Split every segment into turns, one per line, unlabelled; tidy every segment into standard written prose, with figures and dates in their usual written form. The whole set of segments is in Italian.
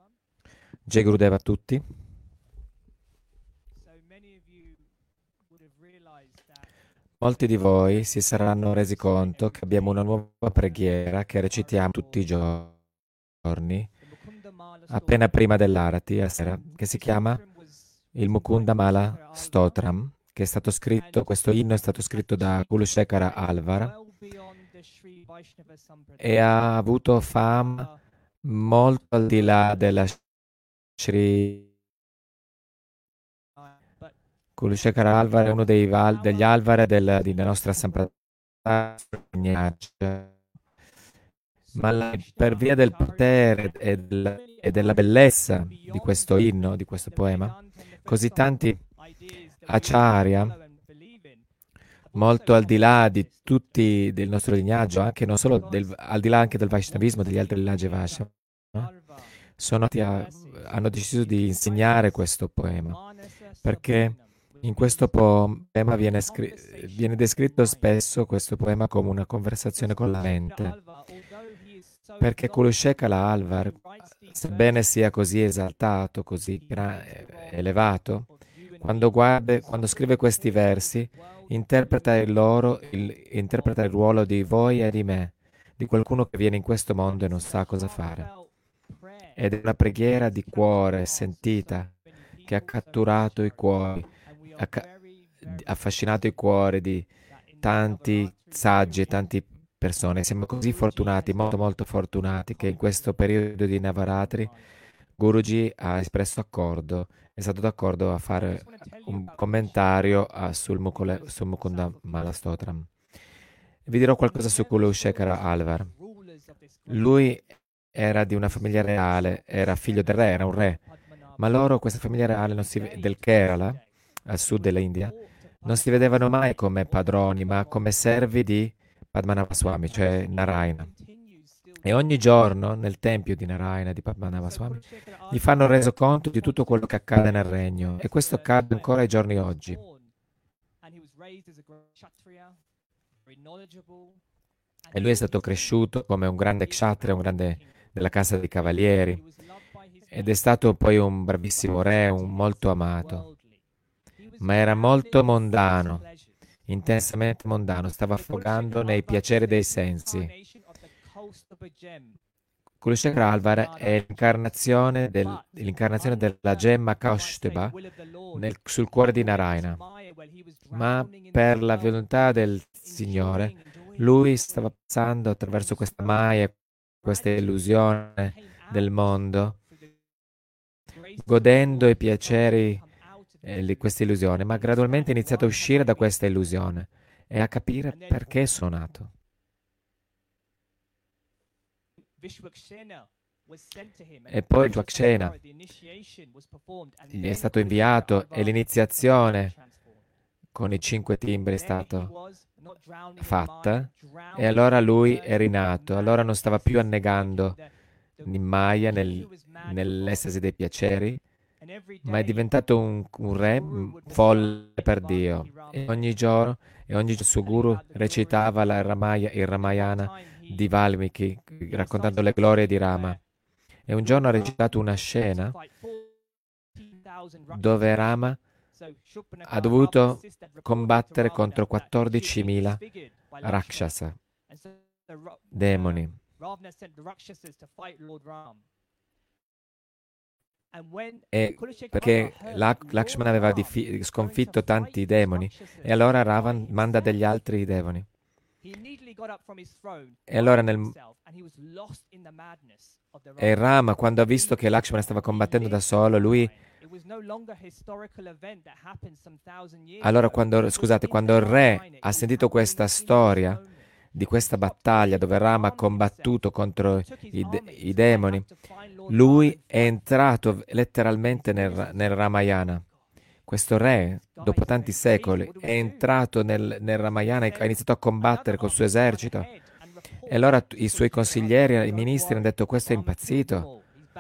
Jai Gurudeva a tutti. Molti di voi si saranno resi conto che abbiamo una nuova preghiera che recitiamo tutti i giorni, appena prima dell'Arati, a sera, che si chiama il Mukunda Mala Stotram, che è stato scritto, questo inno è stato scritto da Kulushekara Alvar e ha avuto fama molto al di là della Sri. Kulushekara Alvar è uno degli Alvar della nostra Sampradaya, ma per via del potere e della bellezza di questo inno, di questo poema, così tanti acharya, molto al di là di tutti del nostro lignaggio, anche non solo al di là anche del Vaishnavismo, degli altri lignaggi Vaishnava, hanno deciso di insegnare questo poema, perché in questo poema viene descritto spesso questo poema come una conversazione con la mente, perché Kulushekala Alvar, sebbene sia così esaltato, così elevato, quando scrive questi versi, interpreta il ruolo di voi e di me, di qualcuno che viene in questo mondo e non sa cosa fare. Ed è una preghiera di cuore sentita che ha catturato i cuori, ha affascinato i cuori di tanti saggi e tante persone. Siamo così fortunati, molto molto fortunati, che in questo periodo di Navaratri Guruji ha espresso accordo, è stato d'accordo a fare un commentario sul Mukunda Malastotram. Vi dirò qualcosa su Kulushekara Alvar. Lui era di una famiglia reale, era figlio del re, era un re, ma loro, questa famiglia reale del Kerala, al sud dell'India, non si vedevano mai come padroni, ma come servi di Padmanabha Swami, cioè Narayana. E ogni giorno nel tempio di Narayana, di Padmanabha Swami, gli fanno reso conto di tutto quello che accade nel regno. E questo accade ancora ai giorni oggi. E lui è stato cresciuto come un grande kshatriya, un grande della casa dei cavalieri. Ed è stato poi un bravissimo re, un molto amato. Ma era molto mondano, intensamente mondano, stava affogando nei piaceri dei sensi. Kulushekara Alvar è l'incarnazione della gemma Kaustubha sul cuore di Narayana. Ma per la volontà del Signore, lui stava passando attraverso questa maya, questa illusione del mondo, godendo i piaceri di questa illusione, ma gradualmente ha iniziato a uscire da questa illusione e a capire perché sono nato. E poi Dvakshena gli è stato inviato e l'iniziazione con i 5 timbri è stata fatta e allora lui è rinato, allora non stava più annegando in Maya, nell'estasi dei piaceri, ma è diventato un re folle per Dio. E ogni giorno il suo guru recitava il Ramayana di Valmiki, raccontando le glorie di Rama. E un giorno ha recitato una scena dove Rama ha dovuto combattere contro 14.000 Rakshasa, demoni. E perché Lakshmana aveva sconfitto tanti demoni e allora Ravan manda degli altri demoni. E allora e Rama, quando ha visto che Lakshmana stava combattendo da solo, lui allora quando il re ha sentito questa storia di questa battaglia dove Rama ha combattuto contro i demoni, lui è entrato letteralmente nel Ramayana. Questo re, dopo tanti secoli, è entrato nel Ramayana e ha iniziato a combattere col suo esercito. E allora i suoi consiglieri, i ministri hanno detto: questo è impazzito.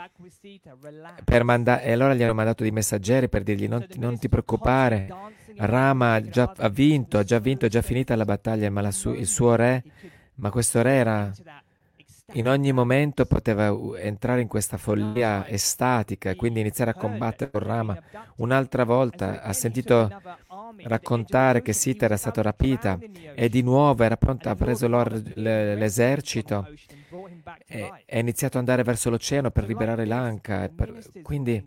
E allora gli hanno mandato dei messaggeri per dirgli: non ti preoccupare, Rama ha vinto, è già finita la battaglia, ma il suo re, ma questo re in ogni momento poteva entrare in questa follia estatica e quindi iniziare a combattere con Rama. Un'altra volta ha sentito raccontare che Sita era stata rapita e di nuovo era pronta, ha preso l'esercito e è iniziato ad andare verso l'oceano per liberare Lanka. Quindi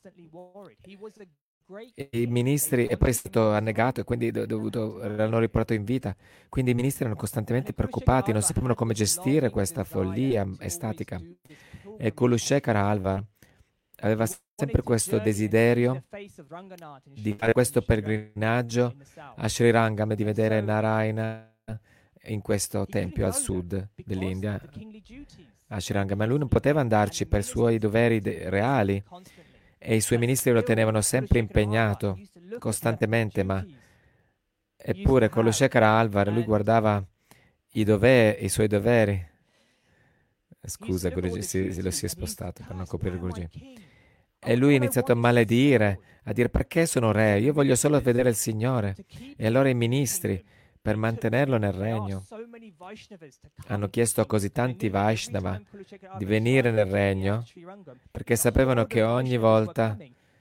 i ministri, e poi è stato annegato e quindi l'hanno riportato in vita. Quindi i ministri erano costantemente preoccupati, non sapevano come gestire questa follia estatica. E Kulushekara Alvar aveva sempre questo desiderio di fare questo pellegrinaggio a Sri Rangam e di vedere Narayana in questo tempio al sud dell'India, a Sri Rangam, ma lui non poteva andarci per i suoi doveri reali e i suoi ministri lo tenevano sempre impegnato, costantemente, ma eppure con lo Shekhara Alvar lui guardava i suoi doveri. Scusa, Guruji, lo si è spostato per non coprire Guruji. E lui ha iniziato a maledire, a dire perché sono re, io voglio solo vedere il Signore. E allora i ministri, per mantenerlo nel regno, hanno chiesto a così tanti Vaishnava di venire nel regno perché sapevano che ogni volta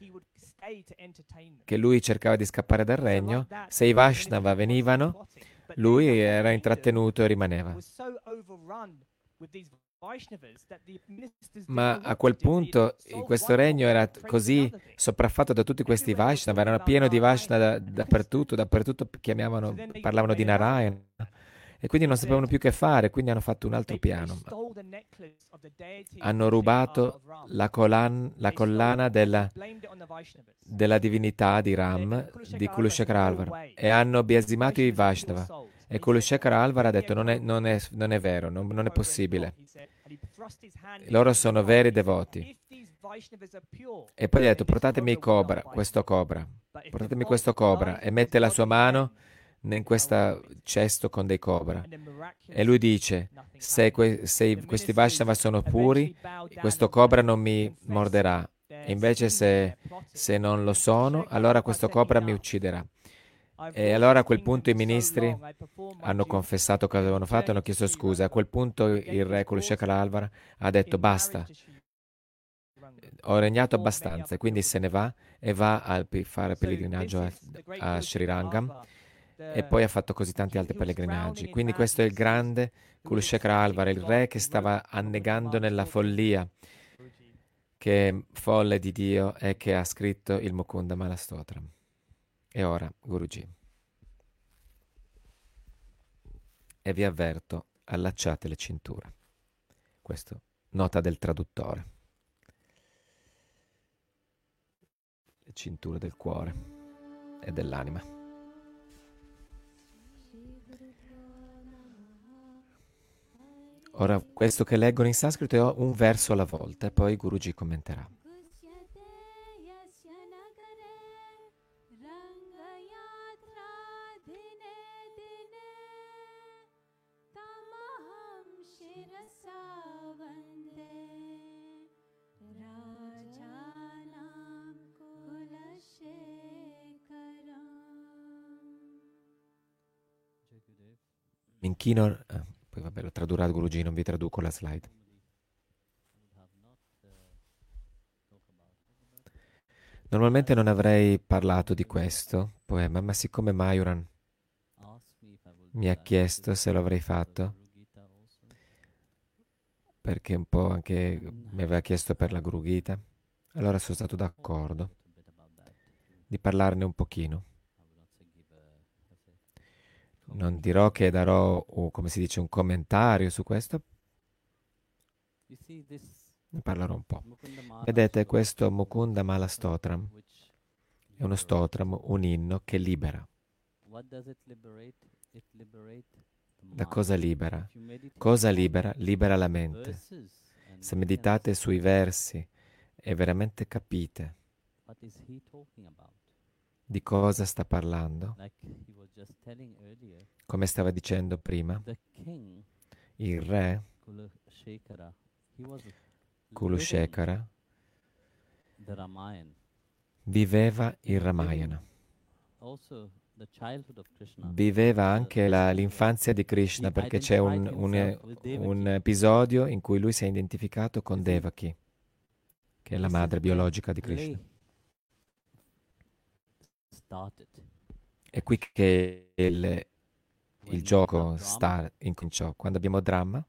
che lui cercava di scappare dal regno, se i Vaishnava venivano, lui era intrattenuto e rimaneva. Ma a quel punto questo regno era così sopraffatto da tutti questi Vaishnava, erano pieno di Vaishnava dappertutto, parlavano di Narayana e quindi non sapevano più che fare, quindi hanno fatto un altro piano. Hanno rubato la collana della divinità di Ram, di Kulushekara Alvar, e hanno biasimato i Vaishnava. E Kulushekara Alvar ha detto non è vero, non è possibile. Loro sono veri devoti. E poi ha detto portatemi questo cobra, e mette la sua mano in questo cesto con dei cobra. E lui dice, se questi Vaishnava sono puri, questo cobra non mi morderà. E invece se non lo sono, allora questo cobra mi ucciderà. E allora a quel punto i ministri hanno confessato cosa avevano fatto e hanno chiesto scusa. A quel punto il re Kulushekara Alvar ha detto basta, ho regnato abbastanza, quindi se ne va e va a fare pellegrinaggio a Sri Rangam e poi ha fatto così tanti altri pellegrinaggi. Quindi questo è il grande Kulushekara Alvar, il re che stava annegando nella follia, che è folle di Dio e che ha scritto il Mukunda Malastotram. E ora, Guruji. E vi avverto, allacciate le cinture. Questo, nota del traduttore. Le cinture del cuore e dell'anima. Ora, questo che leggono in sanscrito è un verso alla volta e poi Guruji commenterà. Mi inchino, poi vabbè lo tradurrà il Guruji, non vi traduco la slide. Normalmente non avrei parlato di questo poema, ma siccome Mayuran mi ha chiesto se lo avrei fatto, perché un po' anche mi aveva chiesto per la Guru Gita, allora sono stato d'accordo di parlarne un pochino. Non dirò che darò, come si dice, un commentario su questo, ne parlerò un po'. Vedete, questo Mukunda Mala Stotram è uno stotram, un inno che libera. Da cosa libera? Cosa libera? Libera la mente. Se meditate sui versi e veramente capite di cosa sta parlando, come stava dicendo prima, il re Kulushekara viveva il Ramayana. viveva anche l'infanzia di Krishna, perché c'è un episodio in cui lui si è identificato con Devaki, che è la madre biologica di Krishna. È qui che il gioco incominciò. Quando abbiamo dramma,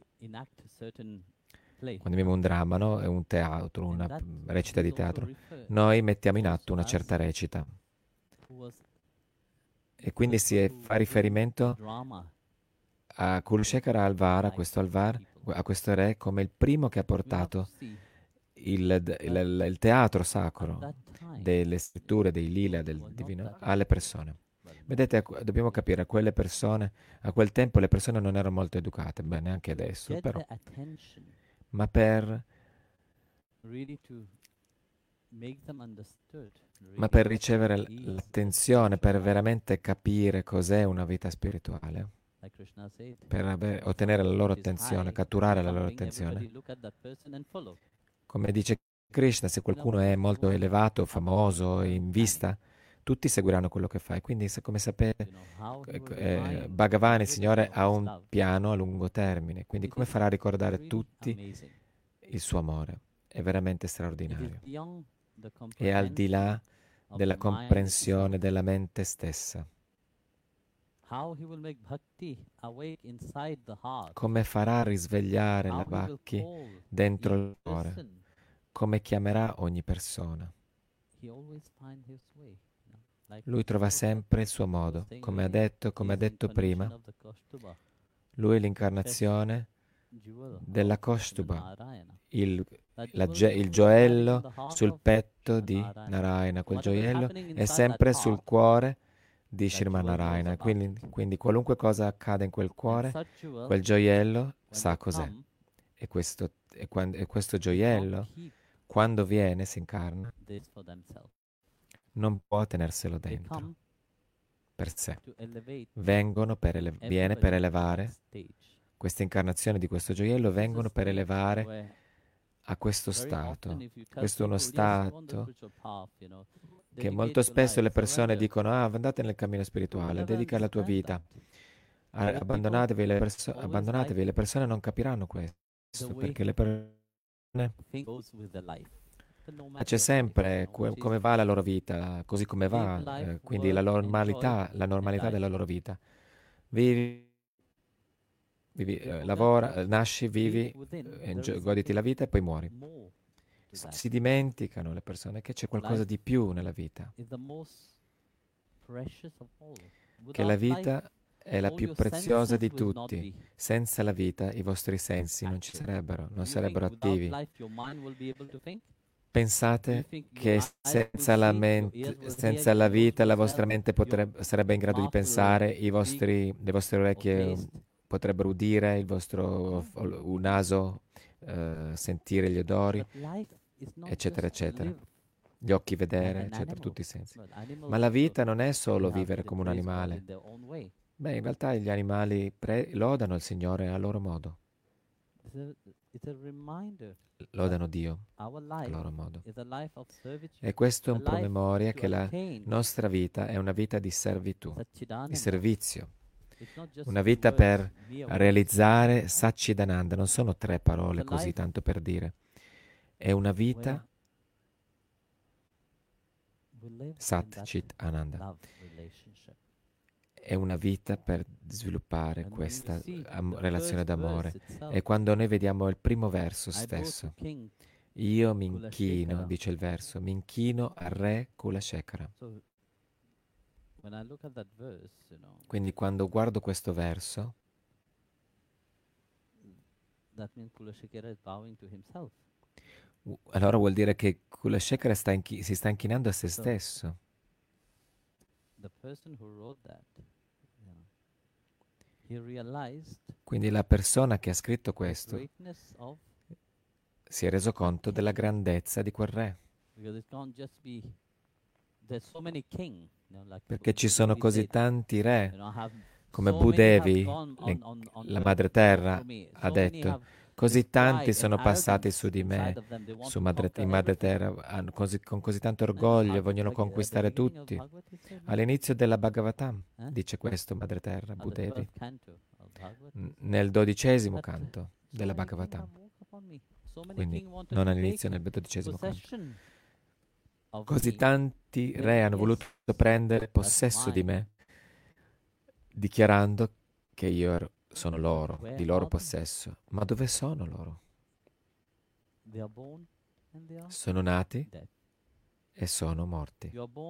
quando abbiamo un dramma, no? È un teatro, una recita di teatro, noi mettiamo in atto una certa recita. E quindi fa riferimento a Kulashekara Alvar, a questo re, come il primo che ha portato il teatro sacro delle scritture, dei lila, del divino, alle persone. Vedete, dobbiamo capire, a quelle persone, a quel tempo le persone non erano molto educate, beh, neanche adesso, però, ma per ricevere l'attenzione, per veramente capire cos'è una vita spirituale, per ottenere la loro attenzione, catturare la loro attenzione. Come dice Krishna, se qualcuno è molto elevato, famoso, in vista, tutti seguiranno quello che fai. Quindi, come sapete, Bhagavan, il Signore, ha un piano a lungo termine. Quindi come farà a ricordare tutti il suo amore? È veramente straordinario. È al di là della comprensione della mente stessa. Come farà a risvegliare la Bhakti dentro il cuore? Come chiamerà ogni persona? Lui trova sempre il suo modo, come ha detto prima. Lui è l'incarnazione della Kaustuba, il gioiello sul petto di Narayana. Quel gioiello è sempre sul cuore di Sriman Narayana. Quindi qualunque cosa accade in quel cuore, quel gioiello sa cos'è. E questo gioiello, quando viene, si incarna, non può tenerselo dentro per sé. Viene per elevare, queste incarnazioni di questo gioiello vengono per elevare a questo stato. Questo è uno stato che molto spesso le persone dicono: andate nel cammino spirituale, dedica la tua vita, abbandonatevi, le persone non capiranno questo, perché le persone c'è sempre come va la loro vita, così come va, quindi la normalità della loro vita. Vivi, lavora, nasci, vivi, goditi la vita e poi muori. Si dimenticano le persone che c'è qualcosa di più nella vita, che la vita è la più preziosa di tutti. Senza la vita i vostri sensi non sarebbero attivi. Pensate che senza la vita la vostra mente sarebbe in grado di pensare, le vostre orecchie potrebbero udire, il vostro naso sentire gli odori, eccetera, eccetera. Gli occhi vedere, eccetera, tutti i sensi. Ma la vita non è solo vivere come un animale. Beh, in realtà gli animali lodano il Signore a loro modo. Lodano Dio a loro modo. E questo è un promemoria che la nostra vita è una vita di servitù, di servizio. Una vita per realizzare Satchidananda. Non sono 3 parole così tanto per dire. È una vita Sat Chit Ananda. È una vita per sviluppare questa relazione d'amore. E quando noi vediamo il primo verso stesso, io mi inchino, dice il verso, mi inchino al re Kulashekara. Quindi quando guardo questo verso, allora vuol dire che Kulashekara si sta inchinando a se stesso. Quindi la persona che ha scritto questo si è reso conto della grandezza di quel re. Perché ci sono così tanti re, come Bhudevi, la madre terra, ha detto, Così tanti sono passati su di me, in madre terra, con così tanto orgoglio, vogliono conquistare tutti. All'inizio della Bhagavatam dice questo madre terra, Bhudevi, nel 12° canto della Bhagavatam. Quindi non all'inizio, nel 12° canto. Così tanti re hanno voluto prendere possesso di me, dichiarando che io sono loro, di loro possesso. Ma dove sono loro? Sono nati e sono morti.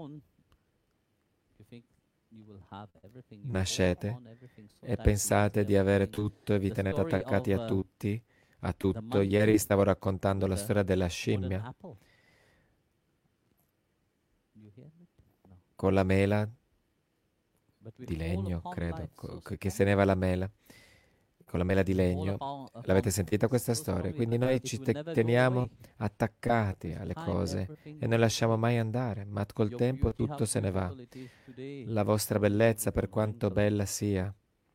Nascete e pensate di avere tutto e vi tenete attaccati a tutti, a tutto. Ieri stavo raccontando la storia della scimmia con la mela di legno, credo, che teneva la mela, con la mela di legno. L'avete sentita questa storia? Quindi noi ci teniamo attaccati alle cose e non lasciamo mai andare, ma col tempo tutto se ne va. La vostra bellezza, per quanto bella sia,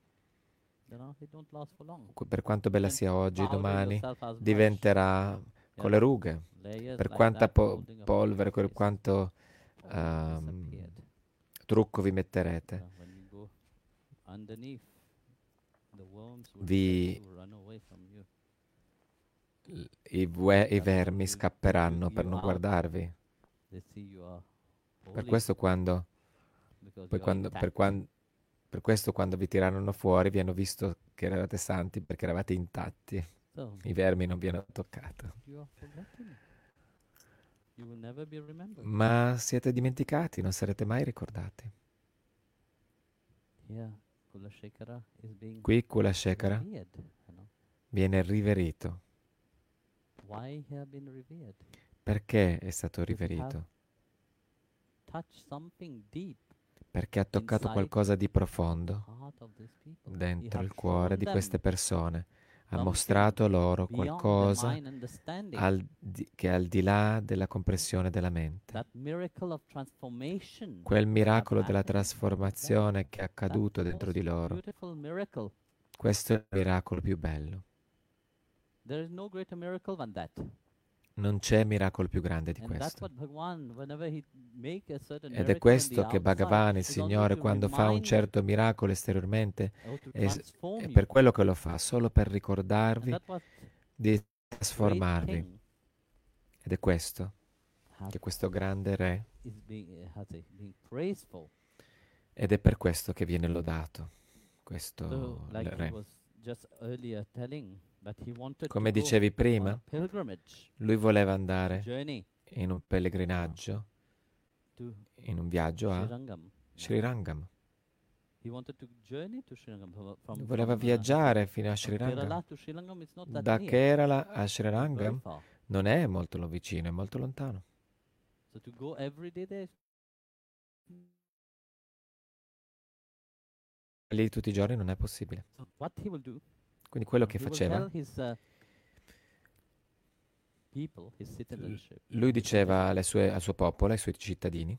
oggi, domani, diventerà con le rughe, per quanta polvere, per quanto trucco vi metterete. I vermi scapperanno per non guardarvi. Per questo quando vi tirarono fuori vi hanno visto che eravate santi perché eravate intatti. I vermi non vi hanno toccato. Ma siete dimenticati, non sarete mai ricordati. Qui Kulashekara viene riverito. Perché è stato riverito? Perché ha toccato qualcosa di profondo dentro il cuore di queste persone. Ha mostrato loro qualcosa che è al di là della comprensione della mente. Quel miracolo della trasformazione che è accaduto dentro di loro. Questo è il miracolo più bello. Non c'è miracolo più grande di questo. Ed è questo che Bhagavan, il Signore, quando fa un certo miracolo esteriormente, è per quello che lo fa, solo per ricordarvi di trasformarvi. Ed è questo che questo grande Re, ed è per questo che viene lodato, questo Re. Come dicevi prima, lui voleva andare in un pellegrinaggio, in un viaggio a Sri Rangam. Voleva viaggiare fino a Sri Rangam. Da Kerala a Sri Rangam non è molto vicino, è molto lontano. Lì tutti i giorni non è possibile. Quindi quello che faceva, lui diceva al suo popolo, ai suoi cittadini,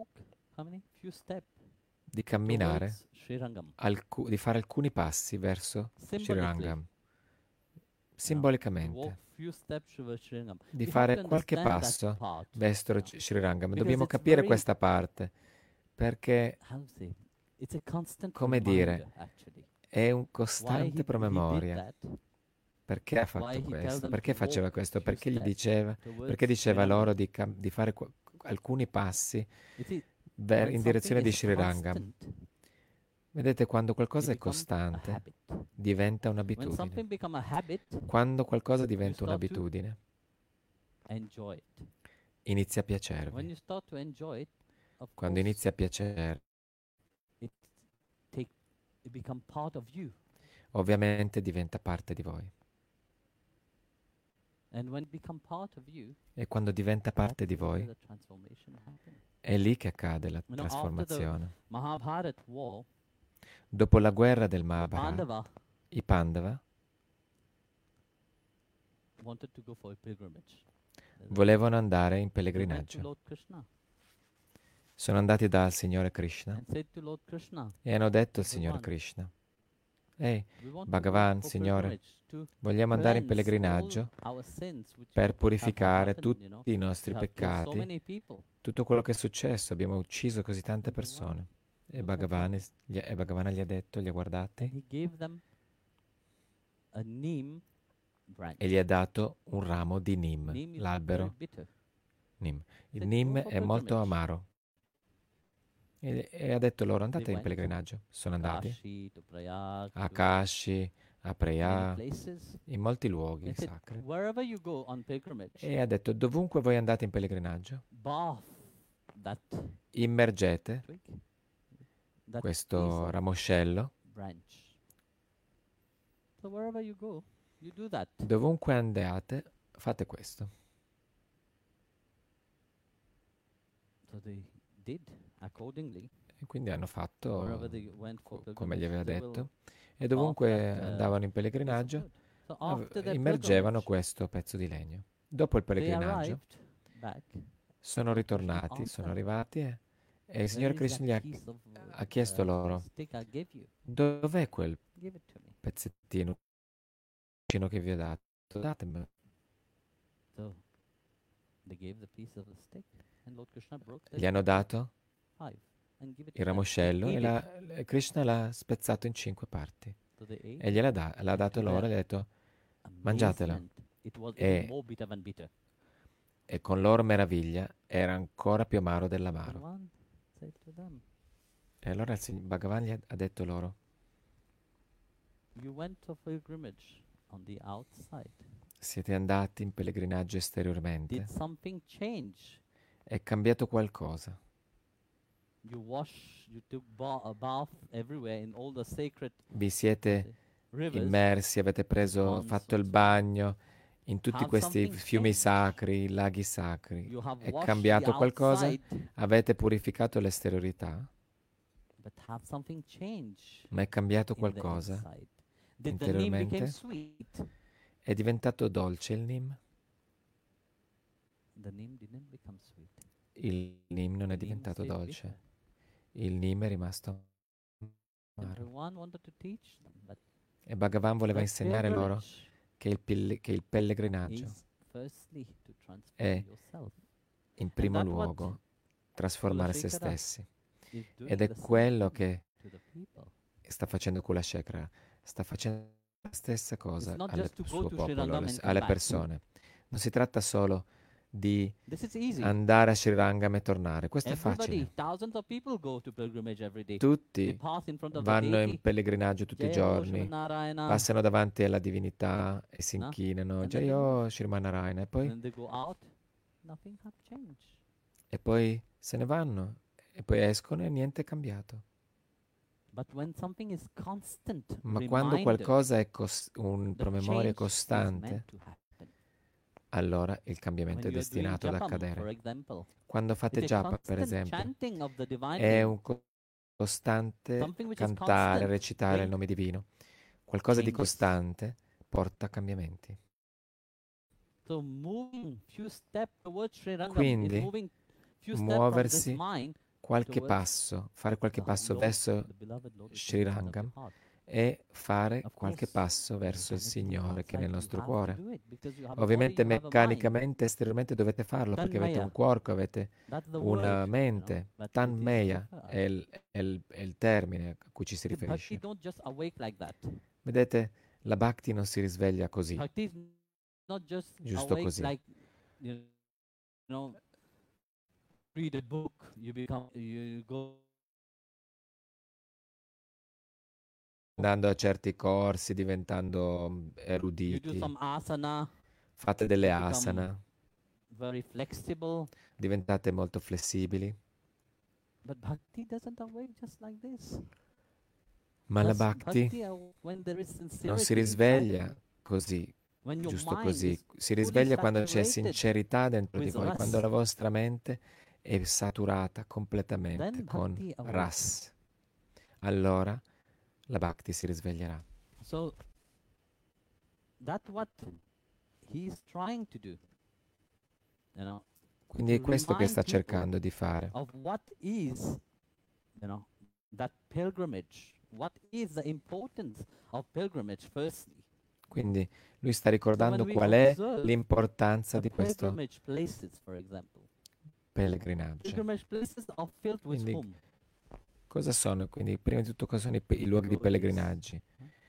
di camminare, di fare alcuni passi verso Sri Rangam, simbolicamente, di fare qualche passo verso Sri Rangam. Dobbiamo capire questa parte, perché, come dire, è un costante promemoria. Perché ha fatto questo? Perché faceva questo? Perché diceva loro di fare alcuni passi in direzione di Sri Rangam. Vedete, quando qualcosa è costante, diventa un'abitudine. Quando qualcosa diventa un'abitudine, inizia a piacervi. Quando inizia a piacere, ovviamente diventa parte di voi. E quando diventa parte di voi, è lì che accade la trasformazione. Dopo la guerra del Mahabharata, i Pandava volevano andare in pellegrinaggio. Sono andati dal Signore Krishna e hanno detto al Signore Krishna: Ehi,
We want to go
Bhagavan,
for
Signore,
pilgrimage to
vogliamo andare in
cleanse all
pellegrinaggio
our sins which
per
have
purificare
happened,
tutti i nostri
We have killed so
peccati,
many people.
tutto quello che è successo, abbiamo ucciso così tante
And Bhagavan
persone. E
looked at them
Bhagavan gli ha detto, li ha
and
guardati
he gave them a neem branch.
e gli ha dato un ramo di Neem,
Neem is very
l'albero
bitter.
Neem. Il
Said,
Neem
go for
è molto
pilgrimage.
amaro. E ha detto loro,
They
andate in
went to
pellegrinaggio. Sono andati
Kashi, to Prayag,
a
to
Kashi, a
many
Preah,
places.
in molti luoghi
He said,
sacri.
wherever you go on pilgrimage,
E ha detto, dovunque voi andate in pellegrinaggio,
bath that
immergete
twig, that piece
questo
of
ramoscello.
branch. So wherever you go, you do that.
Dovunque andate, fate questo.
So they did accordingly.
E quindi hanno
Wherever
fatto
they went for
come gli
pilgrimage,
aveva
they will
detto. E
bath
dovunque
that
andavano in
piece of
pellegrinaggio,
wood. So after their
immergevano
pilgrimage,
questo pezzo di legno. Dopo il
they
pellegrinaggio,
arrived back.
sono
Lord Krishna
ritornati,
asked
sono
them,
arrivati e il
where
Signore
is that
Krishna gli
piece of
ha chiesto loro,
stick I gave you?
dov'è quel
Give it to me.
pezzettino che vi ho dato? Datemelo.
So they gave the piece of the stick, and Lord Krishna broke
Gli
that
hanno dato
five and give it
il
to them.
ramoscello
They
e
ate it.
Krishna l'ha spezzato in 5 parti.
So they ate
E
it,
l'ha
and
dato
to
loro e
their
gli ha detto, mangiatelo.
amazement, it was even
E,
more bitter than bitter.
e con loro meraviglia era ancora più amaro dell'amaro.
Bhagavan said to them,
E allora il Bhagavan gli ha detto loro,
you went of pilgrimage on the outside.
siete andati in pellegrinaggio
Did
esteriormente?
something change?
È cambiato qualcosa?
You took a bath everywhere in all the sacred
Vi siete
rivers.
immersi, avete fatto il bagno in tutti
Have
questi
something
fiumi
changed?
sacri, laghi sacri.
You have
È
washed the
cambiato qualcosa?
outside,
Avete purificato l'esteriorità?
but have something changed
Ma è cambiato
in the
qualcosa
inside? Did the neem became
interiormente?
sweet?
È diventato dolce il Neem?
The neem didn't become sweet.
Il Neem non è
The neem
diventato
stayed
dolce.
bitter.
Il Neem è rimasto
And
amaro.
Bhagavan wanted to teach them that
E Bhagavan voleva
that
insegnare loro
pilgrimage
che il pellegrinaggio
is firstly to transform
è
yourself.
in primo
that's what
luogo trasformare se
Kulashekara
stessi.
is doing
Ed è
the same
quello
thing
che
to the people.
sta facendo Kulashekara. Sta facendo la stessa cosa
It's not
al
just to go
suo
to
popolo,
Srirangam and come
alle
back.
persone. Non si tratta solo di
This is easy.
andare a Sri Rangam e tornare. Questo è
Everybody,
facile.
thousands of people go to pilgrimage every day. They
Tutti
pass in front of the
vanno in
deity.
pellegrinaggio tutti i
Jayo
giorni,
Shivanarayana.
passano davanti alla divinità e si
No?
inchinano.
And then they
Jayo Shrimanarayana.
When they go out, nothing have changed.
E poi se ne vanno. E poi escono e niente è cambiato.
But when something is constant,
Ma quando
reminder,
qualcosa è un
the
promemoria
change is
costante,
meant to happen.
allora il
When
cambiamento è
you are doing
destinato ad
japam, for
accadere.
example,
Quando fate
it's a
japa, per
constant
esempio,
chanting of the divine
è
name.
un costante
Something which is
cantare,
constant
recitare il
bring
nome divino. Qualcosa di
changes.
costante porta a cambiamenti.
So moving few steps towards Sri Rangam is
Quindi,
moving few steps from this
muoversi
mind
qualche
towards
passo, fare qualche
the
passo
Lord,
verso
the beloved Lord which is
Sri
inside of your
Rangam
heart.
e fare
Of
qualche
course,
passo verso il
mechanically
Signore che è nel
outside you
nostro
have to
cuore.
do it because you have a body,
Ovviamente
you have a mind.
meccanicamente, esteriormente dovete farlo perché avete un
Tanmaya,
corpo, avete
that's the
una
word,
mente.
that it is
Tanmeya è il termine a cui ci si
The bhakti
riferisce.
don't just awake like that.
Vedete, la Bhakti non si risveglia così,
Bhakti is not just
giusto
awake
così.
like, you know, read a book, you go
Andando a certi corsi, diventando
you do
eruditi,
some asana,
fate delle
you become
asana,
very flexible.
diventate molto flessibili.
But bhakti doesn't awake just like this.
Ma la
Bhakti,
Bhakti
when there is
non si
sincerity inside,
risveglia così,
when your
giusto
mind
così.
is
Si
fully
risveglia quando c'è
saturated
sincerità dentro di
with
voi, quando
ras,
la vostra mente è saturata completamente
then
con
bhakti awakes.
ras. Allora la Bhakti si risveglierà.
So that's what he is trying to do. You know,
Quindi è
to
questo che
remind
sta
people
cercando di fare.
of what is, that pilgrimage what is the importance of pilgrimage firstly.
Quindi lui sta
So when
ricordando
we
qual è
observe
l'importanza
the
di questo
pilgrimage places, for example,
pellegrinaggio.
pilgrimage places are filled with
Quindi
whom?
cosa sono? Quindi prima di tutto cosa sono i luoghi di
Devotees.
pellegrinaggio?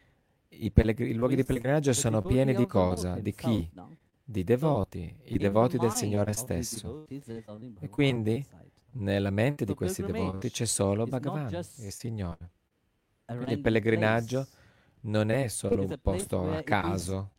I luoghi di
Means
pellegrinaggio
the
sono
devotee
pieni di
of the Lord
cosa? Di
himself,
chi?
no?
Di
So
devoti, i
in the
devoti del
mind
Signore
of these
stesso.
devotees there is only
E
Bhagavan
quindi
inside.
nella mente di
So
questi devoti c'è
pilgrimage
solo
is not
Bhagavan, il
just
Signore.
a
Quindi il
random
pellegrinaggio
place.
non è solo
It's
un
a place
posto a
where it is
caso,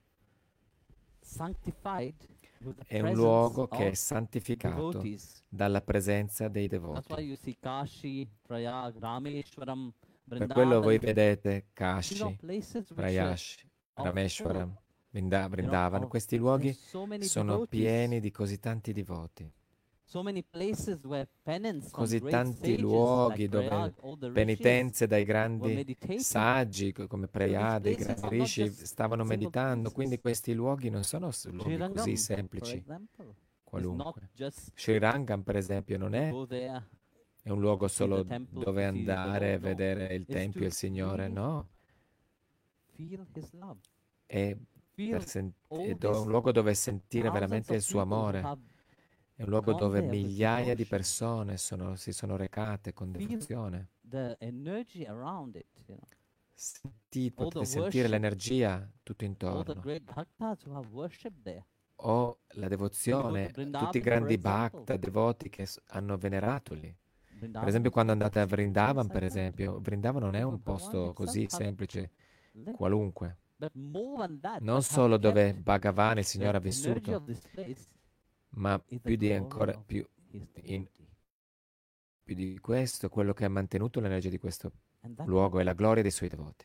sanctified with the
è un
presence
luogo che è
of
santificato
devotees.
dalla presenza dei
That's why
devoti.
you see Kashi, Prayag, Rameshwaram,
Per quello voi
Vrindavan.
vedete
These are
Kashi,
places which
Prayash,
are full,
Rameshwaram, Vrindavan.
of
Questi luoghi
there's so many
sono
devotees,
pieni di così tanti devoti,
so many places where penance from
così
great
tanti
sages
luoghi
like
dove
Prayag, all the rishis
penitenze dai
were
grandi
meditating.
saggi come
So these
Prayade, i
places
grandi
are not
rishi
just
stavano
simple
meditando, quindi
places.
questi luoghi non sono luoghi così
Srirangam, for
semplici,
example, is not
qualunque.
just
Sri Rangam, per esempio, non
to
è
go there,
un luogo
to see the
solo
temple,
dove
to see the
andare
Lord.
e
No,
vedere il
it's
Tempio e il
to
Signore,
really
no,
feel His love,
è,
feel
è
all
un
these
luogo dove sentire
thousands
veramente il
of
suo
people who
amore,
have
è un luogo
gone
dove
there with
migliaia di
devotion.
persone si sono recate con
Feel
devozione.
the energy around it,
Potete
all the
sentire
worship,
l'energia tutto
all the
intorno.
great bhaktas who have worshipped there.
O la
You go to
devozione, tutti i
Vrindavan, for
grandi
example.
bhakta, devoti che hanno venerato lì. Per
Vrindavan
esempio,
is
quando
not
andate a
just a place
Vrindavan,
like
per
that.
esempio, Vrindavan non è
Where
un
Bhagavan
posto
himself
così
have
semplice,
lived.
qualunque.
But more than that,
Non
what have
solo dove
kept
Bhagavan, il
the
Signore, ha
energy
vissuto,
of this place
ma
is the
più di
glory
ancora
of
più,
His
in-
devotee.
più di questo, quello che ha mantenuto l'energia di questo
And that's what
luogo è la gloria dei suoi devoti.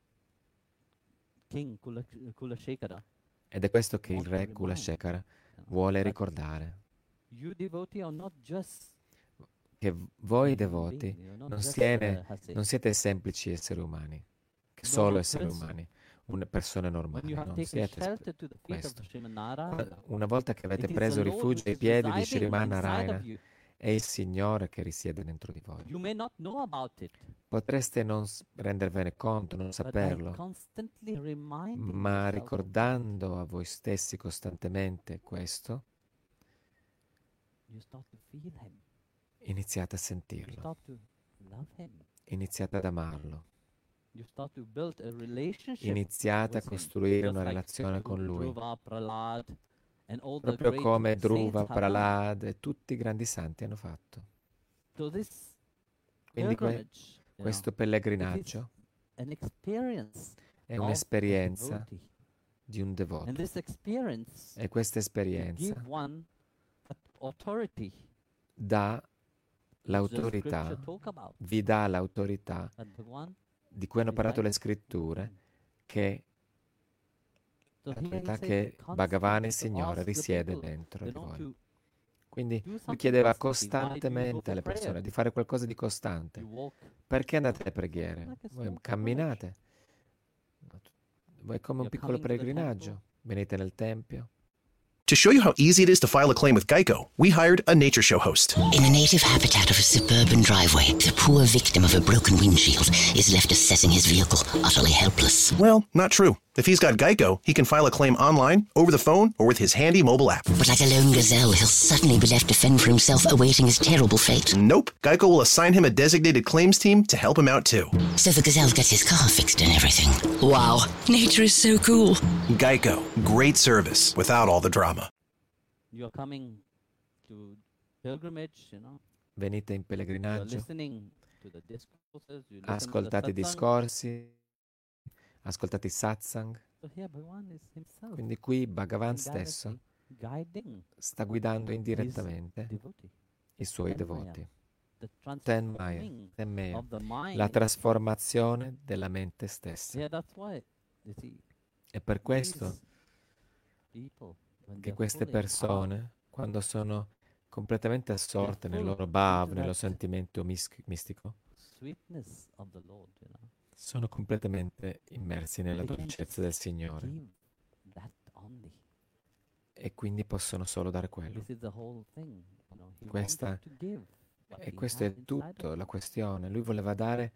King Kulashekara
Ed è questo che il
wants to
re
remind,
Kulashekara vuole
that
ricordare,
you devotee are not just
che
a
voi
human
devoti
being, you're not
non
just
non siete semplici esseri umani, che solo
normal
esseri
person.
umani, persone
When
normali,
you have
non
taken
siete
shelter to the feet of
questo.
Sriman Narayana,
Una volta che avete
it is the
preso
Lord
rifugio
which
ai
is
piedi di
residing
Shriman
inside of
Narayana,
you.
è il Signore che risiede dentro di voi.
You may not know about it,
Potreste non rendervene conto, non
but by
saperlo,
constantly reminding
ma
yourself of
ricordando a voi stessi costantemente questo,
it, you start to feel Him.
iniziate a
You
sentirlo,
start to love Him.
iniziate ad amarlo,
You start to build a relationship
iniziate a
with Him,
costruire
just
una
like
relazione con Lui,
Dhruva, Prahlad, and all the
proprio
great
come
saints
Dhruva,
have done.
Prahlad e tutti i grandi santi hanno fatto.
So this
Quindi
pilgrimage,
questo
it is
pellegrinaggio
an experience
è
of a
un'esperienza
devotee.
di un
And
devoto.
this experience
E questa
will
esperienza
give one authority,
dà
which the
l'autorità,
scripture talk about.
vi dà l'autorità
That Bhagavan
di cui hanno parlato le
resides
scritture,
within.
che
So here he
l'autorità
says
che Bhagavan, il
constantly to
Signore,
ask the
risiede
people,
dentro di voi.
to
Quindi
do
lui
something
chiedeva
constantly. Why do you go
costantemente
for
alle
prayer?
persone di fare qualcosa di costante.
You walk
Perché andate alle preghiere?
like a
Voi
small pilgrimage.
camminate, voi come un
You're
piccolo
coming to the
pellegrinaggio, venite nel tempio.
To show you how easy it is to file a claim with Geico, we hired a nature show host.
In the native habitat of a suburban driveway, the poor victim of a broken windshield is left assessing his vehicle, utterly helpless.
Well, not true. If he's got Geico, he can file a claim online, over the phone, or with his handy mobile app.
But like a lone gazelle, he'll suddenly be left to fend for himself, awaiting his terrible fate.
Nope. Geico will assign him a designated claims team to help him out too.
So the gazelle gets his car fixed and everything. Wow, nature is so cool.
Geico. Great service without all the drama.
You're coming to pilgrimage,
Venite in
you're
pellegrinaggio,
listening to the discourses, you listen to the
ascoltate i
satsang.
discorsi, ascoltate i satsang.
So here Bhagavan is himself
Quindi qui Bhagavan
indirectly
stesso
guiding
sta guidando
his
indirettamente
devotee.
i suoi
Tenmaya,
devoti.
the
Tenmaya,
transforming
Tenmaya,
of the mind.
la trasformazione della mente stessa.
Yeah, that's why, you see,
E per questo
these people, when
che
they're
queste
fully empowered,
persone, quando sono completamente assorte nel
full
loro bhav,
into
nello
that
sentimento mistico,
sweetness of the Lord,
sono completamente immersi nella
they can
dolcezza del Signore
give that only.
e quindi possono solo dare quello.
This is the whole thing. He
Questa-
wanted to give what
E
he
questo
had
è
inside of
tutto, la
him.
questione. Lui voleva dare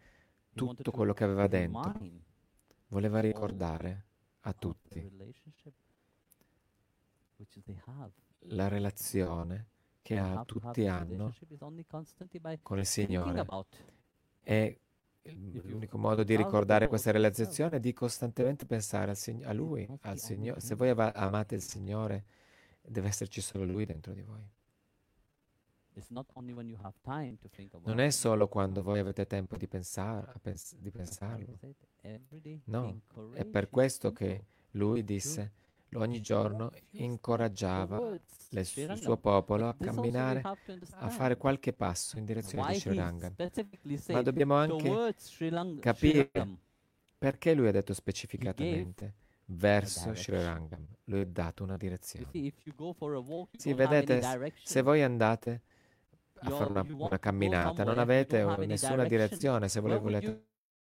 He wanted
tutto
to
quello che aveva dentro.
remind
Voleva ricordare a
of the
tutti
relationship which they have.
la relazione che
And how to have
tutti
this
hanno
relationship is only constantly by
con il
thinking
Signore.
about.
E
If you
l'unico modo di
love the
ricordare
Lord
questa
yourself,
realizzazione è di costantemente pensare a
it
Lui,
must
al
be only
Signore. Se
Him.
voi amate il Signore, deve esserci solo Lui dentro di voi.
It's not only when you have time to think about
Non è
it.
solo quando voi avete tempo di pensare, di
Like
pensarlo.
I said, every day
No, è
encourage
per
His
questo
people
che Lui
to
disse, ogni giorno
walk few steps. The
incoraggiava
words,
il
Sri
suo
Rangam.
popolo a
But this also we
camminare,
have to
a fare
understand
qualche passo in direzione di
why
Sri
He
Rangam.
specifically
Ma
said
dobbiamo anche
towards Sri
capire
Rangam.
perché Lui ha detto
He gave
specificatamente
a
verso Sri
direction.
Rangam. Lui ha dato una
You
direzione.
see, if you go for a walk, you
Sì,
don't have any
vedete, se
direction.
voi andate a fare
You
una
want to go
camminata, non
somewhere, you
avete
don't have any
nessuna
direction.
direzione. Se
Where would
volete
you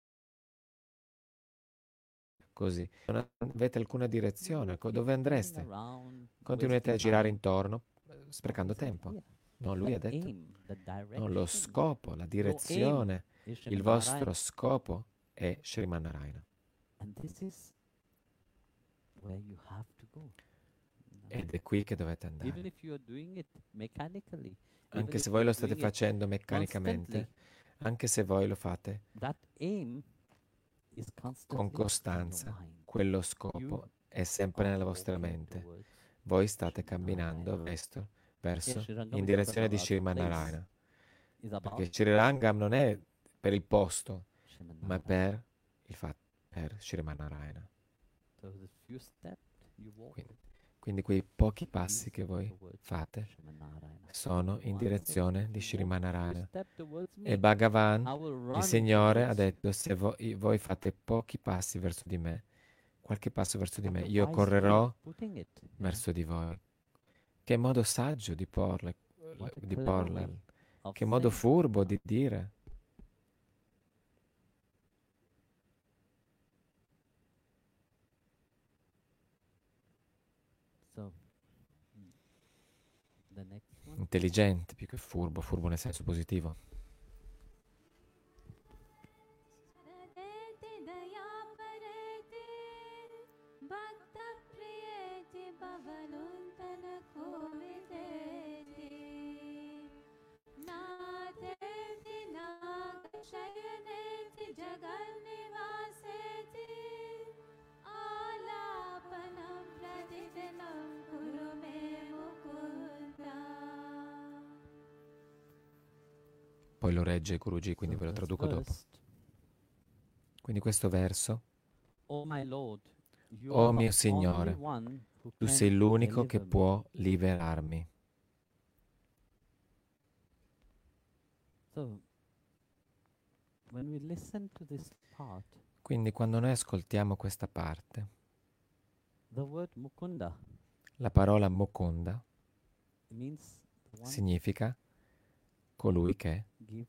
così, non avete alcuna direzione,
keep
dove
turning
andreste?
around,
Continuate a
wasting
girare
time?
intorno,
No,
sprecando
he said
tempo.
here,
No, lui
the
ha detto,
aim, the
no, lo
direction,
scopo, la
your aim
direzione,
is
il
Sriman
vostro
Narayana.
scopo è Sriman Narayana.
And this is where you have to go.
Ed è qui che dovete
Even
andare.
if you are doing it mechanically, even
Anche
if
se
you
voi
are
lo state
doing it
facendo
constantly,
meccanicamente, anche se voi lo fate
that aim is
con
constantly in your
costanza,
mind.
quello
You
scopo è sempre
are
nella vostra
walking
mente.
towards
Voi state
Sriman
camminando
Narayana.
verso
Sri Rangam
in
is not
direzione di
about the
Sriman
place,
Narayana.
it's about
Perché Sri Rangam non è per il posto,
Sriman
ma
Narayana.
per il fatto, per Sriman Narayana.
So the few steps you walk
Quindi quei pochi
leads
passi che voi
towards
fate
Sriman Narayana.
sono in
One step,
direzione di
you
Sriman
walk few
Narayana.
step towards
E
me,
Bhagavan,
I will
il
run
Signore, ha
towards you.
detto, se voi fate pochi passi verso di me, qualche passo verso di
What
me,
a
io
wise way
correrò
of putting it, you know?
verso di voi. Che modo saggio di porla,
What a
di
clever
porla,
way of
che modo
saying.
furbo di dire.
So the next one.
Intelligente più che furbo, furbo nel senso positivo.
देते दया परेते भक्त प्रियेति भवनुन्तन कोविदेति नादेति नागशयनेति जगन्निवासेति आलापनं प्रतिदिनं कुरु मे मुकुन्दा.
Poi lo regge Guruji, quindi
So
ve lo
the
traduco dopo.
first,
Quindi questo verso,
oh my Lord, you
Oh
are
mio
the
Signore,
only one who
tu
can
sei l'unico che
deliver me.
può liberarmi.
So when we listen to this part,
Quindi quando noi ascoltiamo questa parte,
the word Mukunda
la parola Mukunda
means the one
significa colui che
give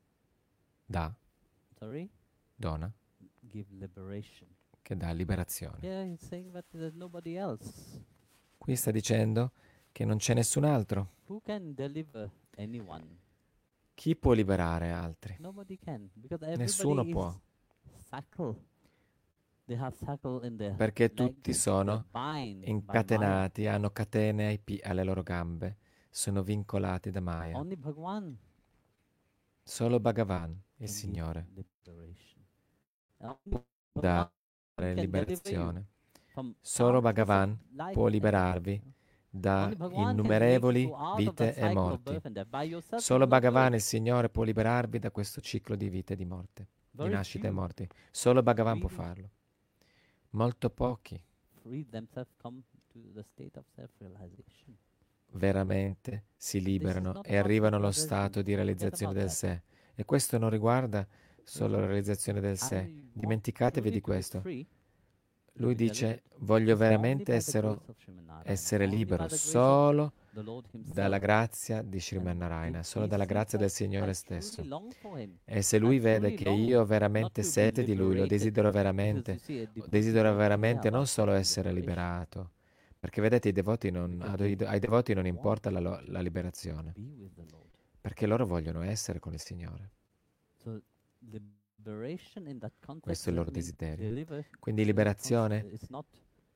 dona,
give liberation.
che dà liberazione.
Yeah, he's saying that there's nobody else
Qui sta dicendo che non c'è nessun altro.
who can deliver anyone.
Chi può liberare altri?
Nobody can, because
Nessuno
everybody
può,
is shackled. They have shackle in their
perché
legs,
tutti sono
they're bind by Maya.
incatenati, hanno catene alle loro gambe, sono vincolati da Maya.
Only Bhagwan
Solo Bhagavan, il
can
Signore,
give liberation. Only
può
Bhagwan
dare
can deliver you
liberazione.
from
Solo
countless of
Bhagavan
life
può
and
liberarvi da
only Bhagwan can
innumerevoli
lift you out of
vite
that
e
cycle of
morti.
birth and death. By yourself
Solo
you will not do
Bhagavan,
it.
il Signore, può liberarvi da questo ciclo di vite e di morte, di
Very
nascite e
few
morti. Solo Bhagavan può
really
farlo. Molto pochi
free themselves, come to the state of self-realization.
veramente si liberano
not
e
about
arrivano allo
self-realization.
stato di
Forget
realizzazione
about
del
that.
sé. E questo non riguarda solo la realizzazione del sé.
I want
Dimenticatevi
truly
di
to be
questo.
free, to
Lui
be
dice,
delivered.
voglio
It's only
veramente
by the grace of Sriman Narayana,
essere
only by
libero
the grace of
solo
the Lord
dalla
himself.
grazia di Sriman
And
Narayana,
if
solo
he
dalla
sees
grazia del
that
Signore
I
stesso.
truly long for him,
E se
I
Lui vede
truly
che
long
io ho
not
veramente
to be
sete di Lui, lo
liberated,
desidero
because
veramente,
you see, a devotee
desidero
doesn't care
veramente non
about
solo
getting
essere
liberation,
liberato, perché vedete ai devoti non importa la
to
liberazione,
be with the Lord.
perché loro vogliono essere con il Signore.
So liberation in that context
Questo è il loro
doesn't mean
desiderio.
deliver.
Quindi
in the
liberazione
it's not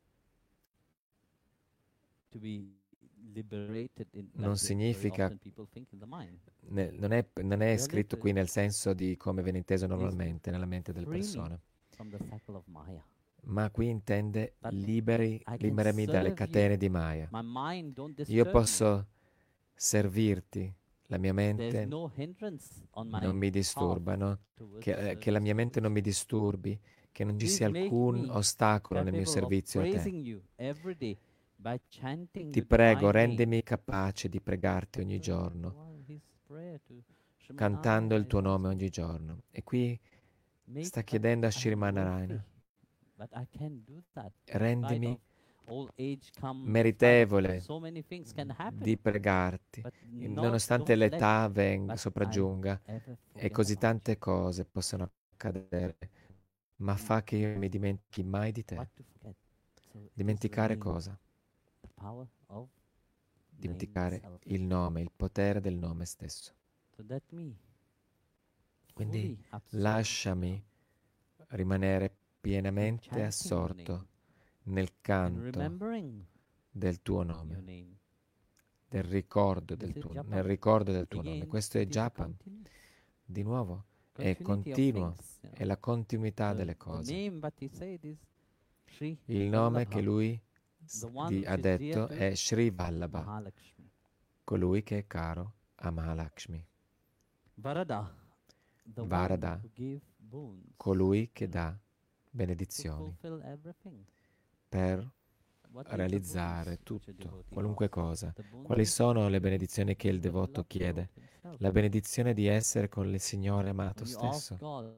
to be liberated in
non
like very
significa,
often people think in the mind.
non è scritto qui
Relative
nel senso di come viene inteso
is
normalmente nella mente delle
free me
persone,
from the cycle of Maya.
ma qui intende
That I can
liberami dalle
serve
catene
you.
di Maya.
My mind don't
Io
disturb me.
posso servirti, la mia
There's
mente
no hindrance on
non
my
mi
path
disturbano,
towards
che la mia mente non mi disturbi, che non ci
Please
sia
make
alcun
me
ostacolo nel mio
capable of
servizio a te.
praising you every day by chanting
Ti
the
prego,
divine name.
rendimi capace di pregarti ogni giorno,
His prayer to Sriman
cantando il
Narayana
tuo
is
nome
also
ogni giorno. E qui
make
sta
that
chiedendo a
I am
Shrimanarayana,
worthy, but I can do that. In spite
rendimi
of old age come, in spite of
meritevole
so many things can happen,
di pregarti,
but
nonostante
don't let
l'età
but I
sopraggiunga
ever
e
forget
così
about you.
tante cose possono accadere, ma fa che io mi dimentichi mai di te.
What to forget? So it is
Dimenticare
revealing
cosa?
the power of name
Dimenticare
itself.
il nome, il potere del nome stesso.
So let me
Quindi
fully absorb
lasciami rimanere
in
pienamente
chanting your
assorto
name
nel
and
canto
remembering
del tuo
your
nome,
name.
del ricordo
This
del
is
tuo,
japa.
nel ricordo del tuo nome.
Again,
Questo è
it is a
japa,
continuous
di nuovo, è
continuity of
continuo,
things.
è la continuità delle
The
cose.
name that he said is Sri
Il nome che
Vallabha,
lui
the one which
ha
is dear
detto
to
è Sri Vallabha,
Mahalakshmi.
colui che è caro a Mahalakshmi.
Varada, the
Varada,
one who gave boons
colui che dà
to
benedizioni
fulfill everything.
per
What is the
realizzare
boons which a
tutto,
devotee
qualunque
asks?
cosa.
The boons
Quali
is
sono le
to
benedizioni che il
be the
devoto
beloved
chiede?
Lord himself.
La benedizione di essere con il Signore amato
When you ask
stesso.
God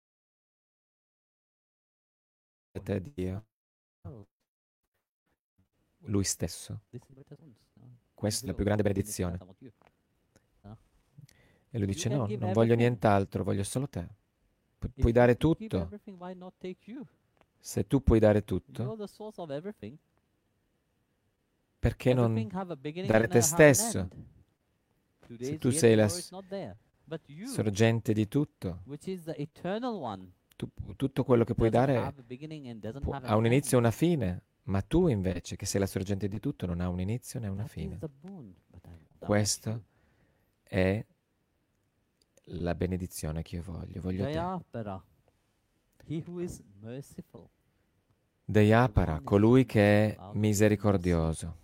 E
for
te Dio,
himself,
Lui stesso.
this is what happens.
Questa è la
Will,
più grande
anything
benedizione.
else, I want you.
E lui
You
dice
can
no,
give
non voglio
everything.
nient'altro, voglio solo te.
If
Puoi
you
dare
could give
tutto.
everything, why not take you?
Se tu puoi dare
You're
tutto,
the source of everything.
perché non
Everything have a beginning
dare
and
te
have an
stesso?
end. Today
Se
it's
tu
here,
sei la
tomorrow it's not there. But you,
sorgente di tutto,
which is the eternal one,
tutto quello che puoi
doesn't
dare
have a beginning and doesn't have
ha
an
un inizio e
end.
una fine, ma tu invece, che sei la sorgente di tutto, non ha un inizio né una
That is
fine.
the boon. But I want
Questo
you.
è la benedizione che io voglio. Voglio te.
Dayapara, he who is merciful.
Dayapara, colui che è misericordioso.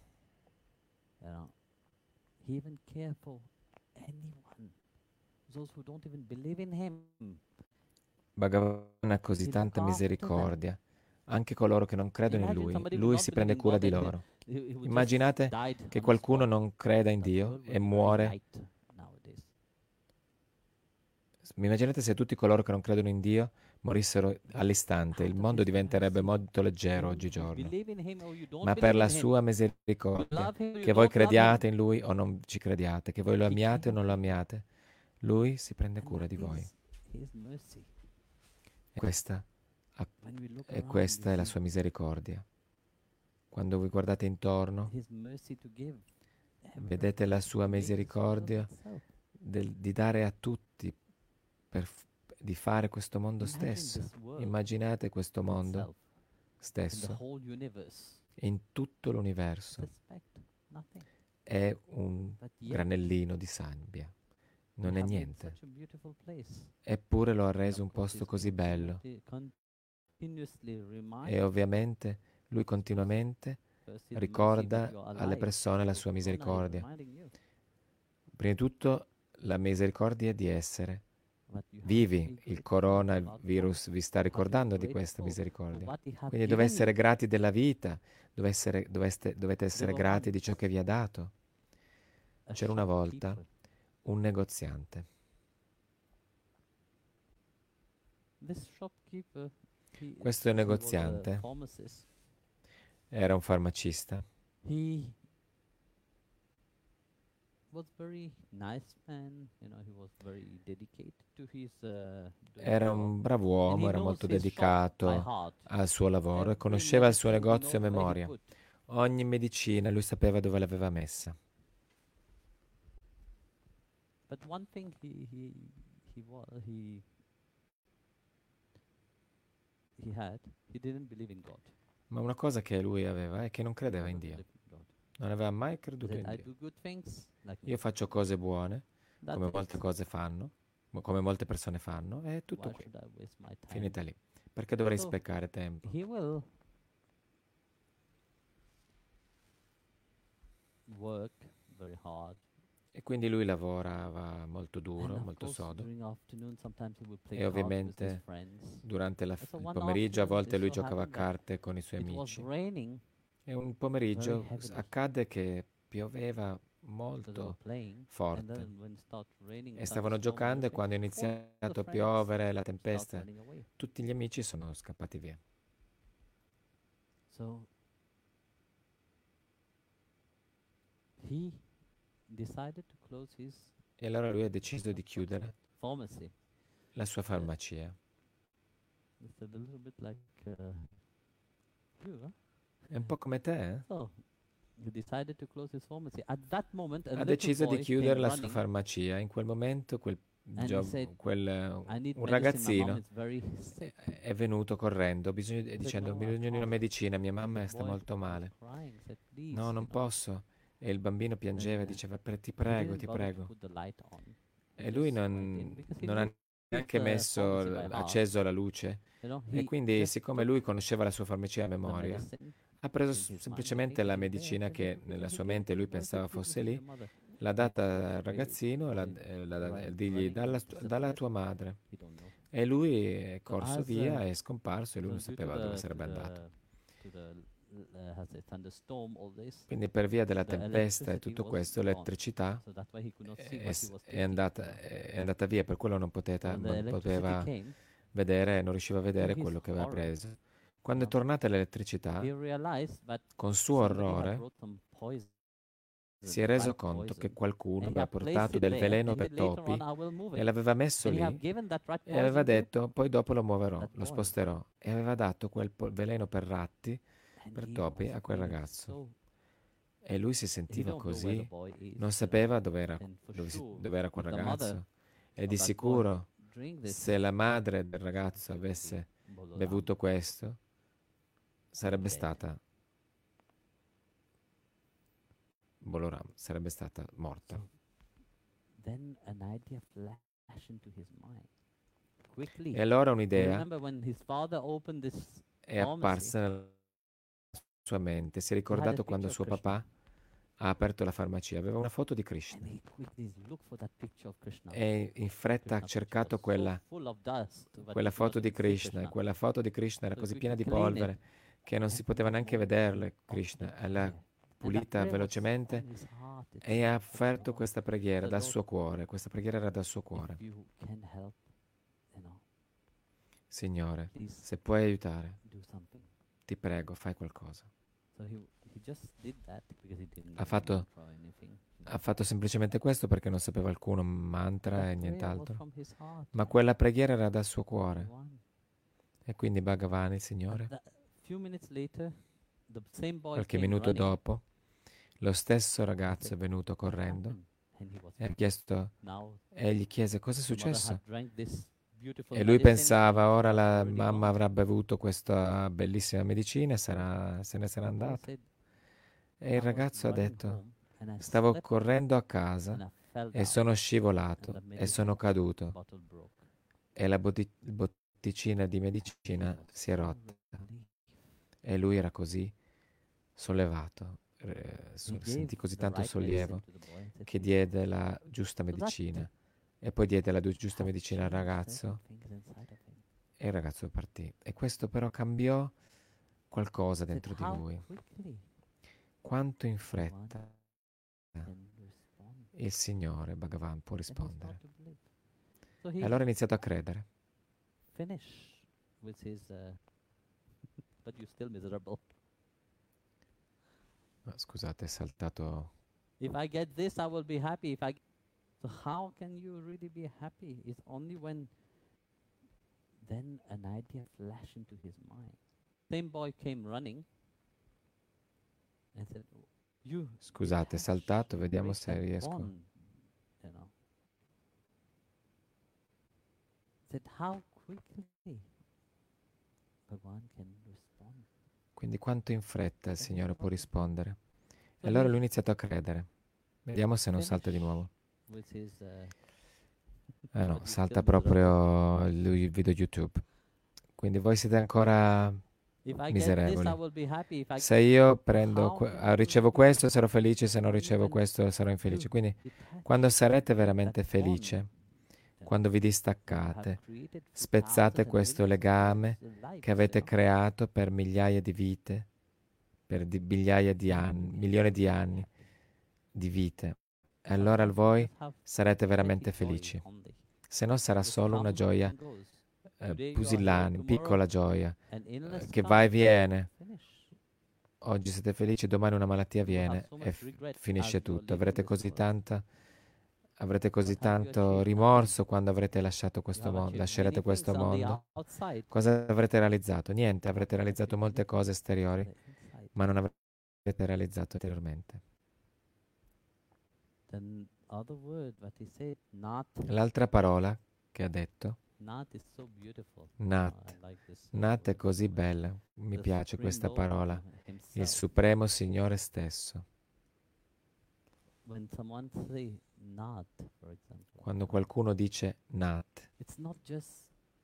He even care for anyone, those who don't even believe in him.
Bhagavan ha così
He
tanta
look after
misericordia, anche coloro che non credono in
Imagine
lui.
somebody would
Lui
not
si
believe
prende
in
cura
God
di
and
loro.
he would just
Immaginate
died
che
on the
qualcuno
spot.
non creda in
That
Dio
world
e
would be very
muore.
light nowadays.
Immaginate se tutti coloro che non credono in Dio morissero all'istante. Il
Out of
mondo
his
diventerebbe
mercy,
molto leggero
you
oggigiorno.
believe in him or you don't
Ma per
believe
la
in him.
sua
You
misericordia,
love him or you
che voi
don't love
crediate
him.
in Lui o non ci crediate, che voi lo
He
amiate o non lo
cares for you.
amiate, Lui si prende
And
cura
that
di voi.
is his mercy.
E questa,
When we look
e
around,
questa
we
è la
see
sua misericordia. Quando vi guardate intorno,
his mercy to give
vedete la sua
to make this world
misericordia
itself.
di dare a tutti, di fare questo mondo
Imagine
stesso.
this world
Immaginate questo mondo
itself, in the
stesso
whole universe.
in tutto l'universo.
Suspect nothing.
È un
But yet
granellino di sabbia. Non
we
è
have made
niente.
such a beautiful place.
Eppure lo ha
And
reso
of
un
course
posto
his
così bello.
continuously remind
E ovviamente lui continuamente
first his mercy that
ricorda
you are
alle
alive.
persone la
So
sua
Corona is
misericordia.
reminding you
Prima di tutto la misericordia di essere
that you have to
vivi.
be
Il
grateful about
coronavirus vi sta
have to be
ricordando di questa
grateful for
misericordia.
what he have
Quindi
given
essere
you.
grati della vita, dovete essere
There
grati
was
di ciò che vi ha dato.
a
C'era una volta
shopkeeper.
un negoziante.
This shopkeeper,
Questo
he was a
negoziante
pharmacist.
era un farmacista.
He was very nice man, he was very dedicated to his
Era
job.
un bravo
And
uomo,
he
era
knows
molto
his shop by
dedicato
heart.
al suo lavoro e
Every
conosceva il suo
medicine he
negozio a
knows where he
memoria.
put.
Ogni medicina lui sapeva dove l'aveva messa.
But one thing he he had, he didn't believe in God.
Ma una cosa che lui aveva è che non credeva in
Never
Dio.
believed in God.
Non aveva mai
He
creduto
said,
in
I
Dio.
do good things like
Io faccio cose buone,
that's
come
it.
molte cose fanno, come molte persone fanno, e è tutto
Why
qui.
should I waste my time?
Finita lì. Perché dovrei
So,
sprecare tempo?
He will work very hard.
E quindi lui lavorava molto
And
duro,
of
molto
course,
sodo.
during afternoon, sometimes he would play
E
cards with his
ovviamente
friends.
durante
And so
il
one
pomeriggio a
afternoon,
volte
it
lui
so
giocava a
happened that
carte con i suoi
it was
amici.
raining,
E un
very
pomeriggio
heavily.
accadde che pioveva
So they were
molto
playing, and
forte.
then when it started raining,
E stavano
thunderstorm,
giocando e quando è
everything, all
iniziato
the
a
friends
piovere la
start
tempesta,
running away.
tutti gli amici sono scappati via.
So he decided to close his
E allora lui ha deciso di chiudere
pharmacy.
la sua farmacia.
It's a little bit like you, huh?
È un po' come te, eh?
So he decided to close his pharmacy. At that moment, a
Ha
little
deciso di
boy
chiudere
came
la sua
running
farmacia. In quel momento
and he said, I need
un
medicine. My mom
ragazzino
is very sick.
è venuto correndo
He said,
dicendo: ho
"No, I
bisogno di una
can't."
medicina, mia
And
mamma
the
sta
boy
molto
was
male.
crying, said, "Please,
No,
you
non
know."
posso. E il bambino piangeva e diceva: Ti
He
prego,
didn't
ti
bother to
prego.
put the light on. He
E lui
just went in because he
non ha
knew
neanche
the
messo,
pharmacy by heart.
acceso la luce.
You know,
E
he
quindi,
just
siccome
took
lui conosceva la sua farmacia a
the
memoria,
medicine
ha preso
in his mind,
semplicemente
taken
la
it there,
medicina
said,
che
"Look,"
nella
he
sua
gave
mente
to the
lui
boy, said,
pensava
"Give
fosse
this to
lì,
your mother."
l'ha
The
data al
boy
ragazzino
came
digli
running, said,
dalla
"Where?"
tua madre.
He don't know.
E lui è
So
corso
as
via, è scomparso e lui non
due to
sapeva dove
the
sarebbe andato.
has a thunderstorm, all this,
Quindi per via della
the
tempesta e
electricity
tutto
was
questo,
gone.
l'elettricità
So that's why he could not see
è,
what he
s-
was
è
taking, you know.
è andata via, per quello non
So when the electricity
poteva
came,
vedere, non riusciva a vedere
his
quello che aveva
horror,
preso. Quando è
no,
tornata l'elettricità,
he realized that
con suo
somebody had
orrore,
brought some poison,
si è reso
bad
conto che
poison,
qualcuno
and he
aveva
had placed
portato
it
del
there,
veleno
and
per
said, later
topi
on I will move
e
it.
l'aveva messo
And he
lì
have given that rat
e aveva
poison to
detto: poi dopo lo muoverò,
that
lo
boy.
sposterò. E aveva dato quel veleno per ratti,
And
per
he
topi,
was
a quel
feeling
ragazzo.
so,
E lui si
he
sentiva
don't know where the
così,
boy is,
non
you know.
sapeva dove era,
And for
dove,
sure,
dove era quel
if the mother
ragazzo. E
of
di
that boy
sicuro,
drink this,
se la madre del ragazzo avesse
Boloram,
bevuto questo, sarebbe
dead.
stata Boloram, sarebbe stata morta.
So then an idea flashed into his mind. Quickly.
E allora
You
un'idea
remember when his father opened this
è apparsa nella sua mente. Si è ricordato quando suo papà ha aperto la farmacia. Aveva una foto di Krishna.
and he quickly looked for that picture of Krishna.
E in fretta ha
Krishna
cercato
was so
quella
full of dust that
quella
he could
foto
not
di
even see
Krishna. E quella foto di Krishna era
So
così
he
piena di
quickly cleaned
polvere che non si
and
poteva
he
neanche
moved
vederle
off
Krishna.
the
E l'ha
prayer. And that
pulita
prayer was
velocemente
from his heart. It's
e ha
from
offerto
God.
questa preghiera
The
dal
Lord,
suo cuore. Questa preghiera era dal suo cuore.
if you can help, you know,
Signore,
please
se puoi aiutare,
do something.
ti prego, fai qualcosa.
So he just did that because he didn't
Ha
know
fatto-
mantra or anything. you know.
Ha fatto semplicemente questo perché non sapeva alcuno
That
mantra e
prayer was
nient'altro.
from his heart,
Ma quella preghiera era dal suo cuore.
Bhagavan.
E quindi Bhagavan, il
And
Signore,
few minutes later, the same boy
qualche
came
minuto
running
dopo, lo stesso
and
ragazzo è
said,
venuto
"What
correndo
happened?" And he was
e ha chiesto
now
e gli chiese cosa è
the mother
successo.
had drank this beautiful
E lui
medicine
pensava:
and
ora
was
la
already
mamma
gone.
avrà bevuto questa bellissima medicina e se ne sarà
The boy
andata.
said,
E
"I
il
was
ragazzo ha
running
detto:
home and I
stavo
slept
correndo a
and
casa
I fell
e
down
sono
and
scivolato
the
e sono
medicine
caduto
bottle broke."
e la botticina di
He
medicina
was
si è
so
rotta.
relieved.
E lui era così sollevato,
He
sentì
gave
così
the
tanto
right
sollievo
medicine to the boy and said,
che
"Please."
diede la giusta
So that
medicina. E poi diede la giusta
had
medicina al
changed
ragazzo
certain things inside of him.
e il ragazzo partì. E questo però cambiò qualcosa
Said,
dentro di
"How
lui.
quickly
Quanto in
Bhagavan
fretta
can respond."
il Signore Bhagavan può
Then he
rispondere.
started to believe. So
E
he
allora ha iniziato a credere.
finished with his but you're still miserable.
Scusate, è saltato.
If I get this, I will be happy. If I so how can you really be happy? It's only when then an idea flashed into his mind. Same boy came running and said, "Oh, you
Scusate, è
have
saltato, vediamo
break
se
that
riesco.
bond," you know. Said, "How quickly Bhagwan can respond.
Quindi quanto in fretta il
That is
Signore può
what-
rispondere.
So
E allora
he
lui ha iniziato a credere. Vediamo se non salta di
finish
nuovo.
with his,
Eh no,
but he's
salta
still miserable.
proprio il video YouTube. Quindi voi siete ancora
If I get this, I
miserevoli.
will be happy. If I
Se io prendo,
How can you
ricevo
really be
questo sarò felice, se non
only
ricevo
when
questo sarò infelice.
you
Quindi
detach
quando sarete
that
veramente
bond,
felice,
then
quando vi
you have
distaccate,
created for
spezzate
thousands and
questo
millions of
legame
lives, lives,
che avete
you know.
creato per migliaia di vite, per migliaia di
Then
anni,
you can
milioni di
be
anni
happy.
di vite. E
Otherwise
allora
you
voi
just have
sarete
petty
veramente
joy
felici.
only.
Se no sarà
Just
solo una
comes
gioia
and goes. Today you are here,
pusillanime,
tomorrow
piccola gioia,
an illness
che va e
comes,
viene.
finish.
Oggi siete felici, domani una malattia
You will have
viene
so
e
much regret
finisce
as you are
tutto.
leaving this world.
Avrete così
What have you
tanto
achieved?
rimorso
Nothing.
quando avrete lasciato
You
questo
have
mondo,
achieved
lascerete
many things
questo
on the
mondo.
outside.
Cosa avrete realizzato? Niente,
What
avrete
have you
realizzato
achieved?
molte cose
On
esteriori,
the inside.
ma non avrete realizzato interiormente.
The other word what he said, not.
L'altra parola che ha detto,
Nat is so beautiful.
Nat.
I like this
Nat è
word.
così bella, mi
The
piace
Supreme
questa
Lord
parola, il
himself.
Supremo Signore stesso.
When someone say Nat, for example,
Quando qualcuno dice Nat,
it's not just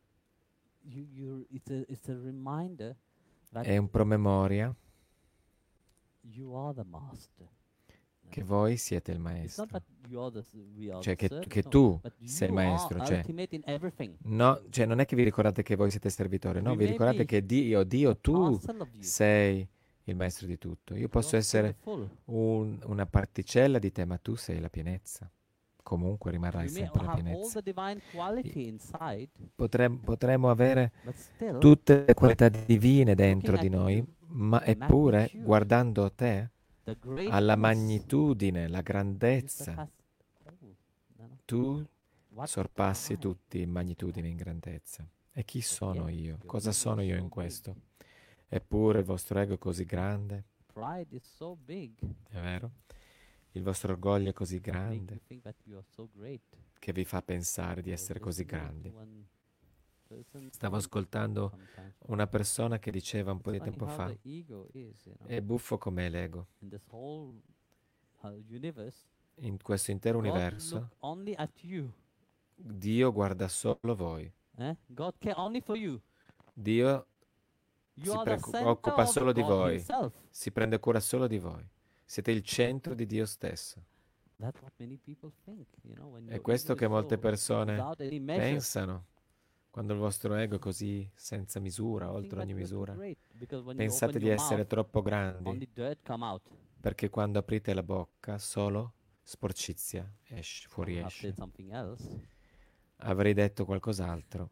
it's a reminder that
è un promemoria
you are the master.
che voi siete il
It's not
maestro.
that you are we are
Cioè
the
che
servant, no,
tu
but
sei il
you
maestro,
are
cioè,
ultimate in everything.
no, cioè non è che vi ricordate che voi siete servitori, no,
We
vi
may
ricordate
be
che Dio, tu
parcel of you.
sei il maestro di tutto. Io
You
posso
are still
essere
full.
una particella di te, ma tu sei la pienezza. Comunque rimarrai
We may
sempre la
have all
pienezza.
the divine quality inside,
Potremmo avere
but still
tutte le qualità divine dentro
looking
di
at
noi,
you,
ma
the
eppure
magnitude,
guardando te,
the
alla
greatness,
magnitudine, la
you
grandezza,
surpass all, you know.
tu
What
sorpassi
pride
tutti in
is
magnitudine e in
that?
grandezza. E chi
But
sono
yet
io?
your
Cosa
ego
sono
is
io
so
in
big.
questo? Eppure il vostro ego è così grande,
Pride is so big
è vero? Il vostro orgoglio è così
that make you
grande
think that you are so great.
che vi fa pensare di
I was
essere così
listening to
grandi.
one person
Stavo
saying
ascoltando
sometimes,
una persona che diceva un po'
it's
di
funny
tempo
how
fa,
the ego is, you know,
è buffo com'è l'ego.
in this whole universe.
In questo intero
God
universo,
look only at you.
Dio guarda solo voi.
God care only for you.
Dio
You
si
are the center
preoccupa
of
solo di
God
voi,
himself.
si prende cura solo di voi. Siete il centro di Dio stesso.
That's what many people think, you know, when
È
your
questo
ego
che
is
molte
so
persone
without any measure.
pensano quando il vostro ego è così senza misura,
You think
oltre
that
ogni
you're too
misura.
great, because when you
Pensate
open
di
your
essere
mouth,
troppo grandi
only dirt come out.
perché quando aprite la bocca solo sporcizia fuori
I've
esce.
said something else.
Avrei detto qualcos'altro,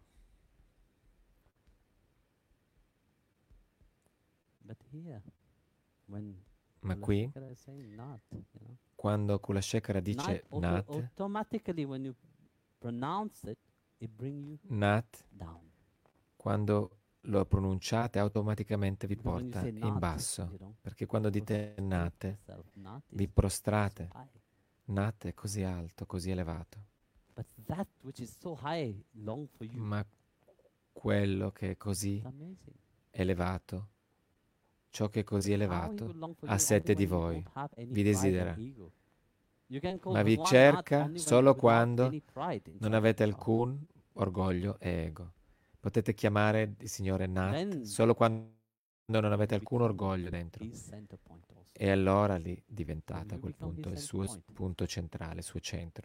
But here, when
ma
Kula
qui
Shekara is saying not, you know,
quando Kulashekara dice Nat,
automatically when you pronounce it, it brings you
Nat,
down.
quando lo pronunciate automaticamente vi
Because when you
porta
say
in
not,
basso,
you know,
perché quando dite
prostrate
Nate,
yourself. Not
vi
is
prostrate.
so high.
Nat è così alto, così elevato,
But that which is so high long for you.
ma quello che è così
It's amazing.
elevato, ciò che è così
How he
elevato,
will long for
ha
you
sete
only
di
when you
voi,
don't have any
vi
pride or
desidera,
ego. You can call
ma vi
Bhagwan
cerca
not only
solo
without
quando
any pride inside
non avete
yourself.
alcun orgoglio e ego. Potete chiamare il Signore Nat
Then
solo quando non avete
you
alcun
become
orgoglio dentro.
his center point also.
E allora lì diventate a
you
quel
become
punto
his
il suo
center point.
punto centrale, il suo centro,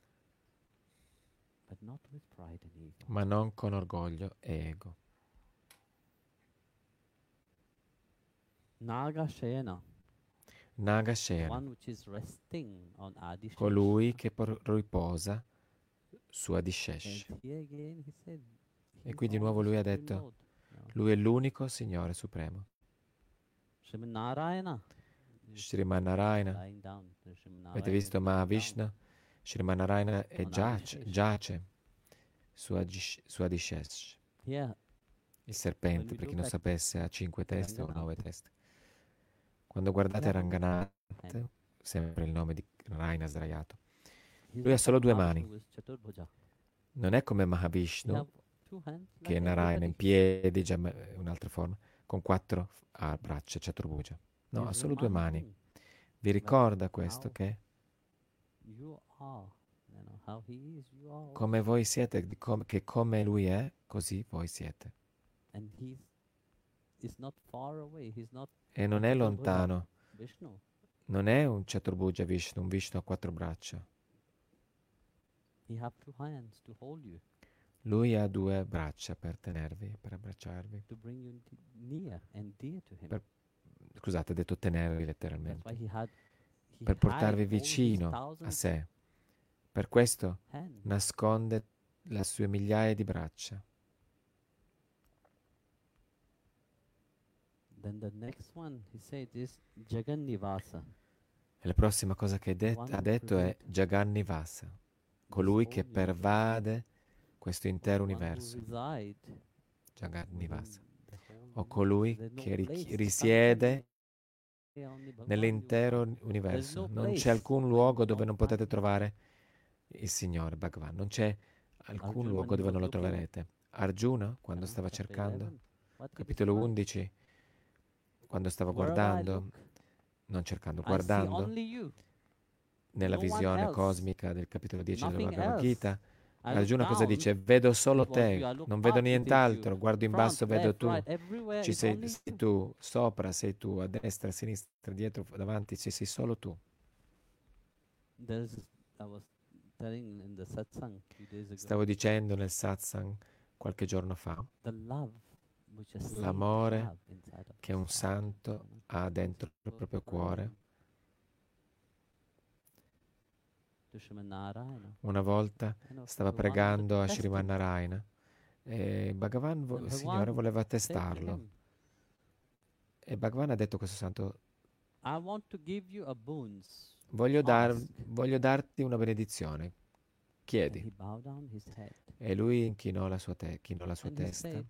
But not with pride and ego.
ma non con orgoglio e ego.
Nagashayana, the
Nagashera,
one which is resting on Adi
colui che riposa su
And
Adishesh.
here again he said,
E
he's
qui di
all
nuovo
the
lui ha
Supreme
detto,
Lord. No.
lui è l'unico Signore Supremo.
Sriman Narayana.
Shriman Narayana,
Lying down. Sriman
avete
Narayana
visto
is lying down.
Mahavishnu? Shriman Narayana è
On
giace,
Adishesh.
giace su Adishesh.
Here,
Il serpente,
we
per chi
look
non
at
sapesse, ha 5 teste o
Ranganatha.
9 teste. Quando guardate
Yeah.
Ranganatha,
And
sempre il nome di Narayana sdraiato,
he's
lui ha
not
solo
like
2 mani.
Mahavishnu with Chaturbhuja.
Non è come
He
Mahavishnu,
have two hands
che
like
Narayana in
everybody.
piedi, un'altra forma, con 4 braccia, Chaturbuja. No, ha
He's
solo 2 mani.
reminding
Vi ricorda questo
how
che
you are, how he is, you are
come
also.
voi siete, che come lui è, così voi siete.
And is not far away. He's not
E non è
Chaturbhuja
lontano,
Vishnu.
non è un Chaturbuja Vishnu, un Vishnu a 4 braccia.
He have 2 hands to hold you,
Lui ha 2 braccia per tenervi, per abbracciarvi.
to bring you near and dear to him.
Per- Scusate, ho detto tenervi
That's why
letteralmente.
he
Per portarvi
hide all these
vicino a
thousands
sé. Per questo
hands.
nasconde le sue migliaia di braccia.
Then the next one, he said, is Jagannivasa.
E la prossima cosa che ha detto è Jagannivasa, colui che pervade questo intero universo. Jagannivasa. O colui che risiede nell'intero universo. Non c'è alcun luogo dove non potete trovare il Signore Bhagavan. Non c'è alcun luogo dove non lo troverete. Arjuna, quando stava cercando, capitolo 11, quando stava guardando, non cercando, guardando, nella visione cosmica del capitolo 10 della Bhagavad Gita, Arjuna cosa dice? Vedo solo te, non vedo nient'altro, guardo in basso, vedo tu, ci sei tu, sopra sei tu, a destra, a sinistra, dietro, davanti, ci sei solo tu. Stavo dicendo nel satsang qualche giorno fa, l'amore che un santo ha dentro il proprio cuore. Una volta stava pregando a Sriman Narayana e Bhagavan, il Signore, voleva testarlo. E Bhagavan ha detto a questo santo: voglio darti una benedizione, chiedi. E lui inchinò la sua testa.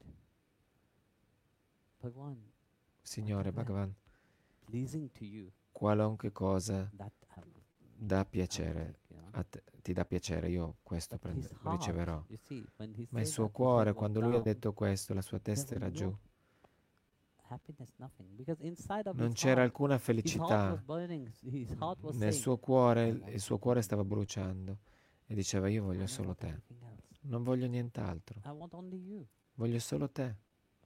Signore Bhagavan, qualunque cosa dà piacere a te, ti dà piacere, io questo lo riceverò. Ma il suo cuore, quando lui ha detto questo, la sua testa era giù. Non c'era alcuna felicità nel suo cuore, il suo cuore stava bruciando e diceva: io voglio solo te, non voglio nient'altro, voglio solo te.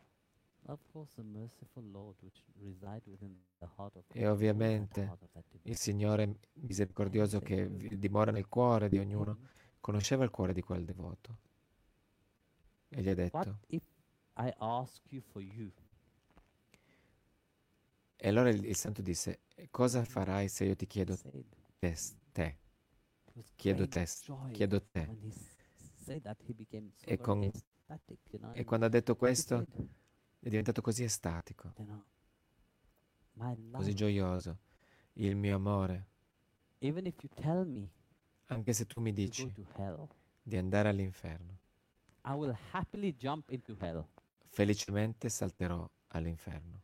E ovviamente il Signore misericordioso che dimora nel cuore di ognuno conosceva il cuore di quel devoto e gli ha detto: e allora il santo disse: cosa farai se io ti chiedo te? Chiedo te. E quando ha detto questo è diventato così estatico, così gioioso. Il mio amore, anche se tu mi dici di andare all'inferno, felicemente salterò all'inferno.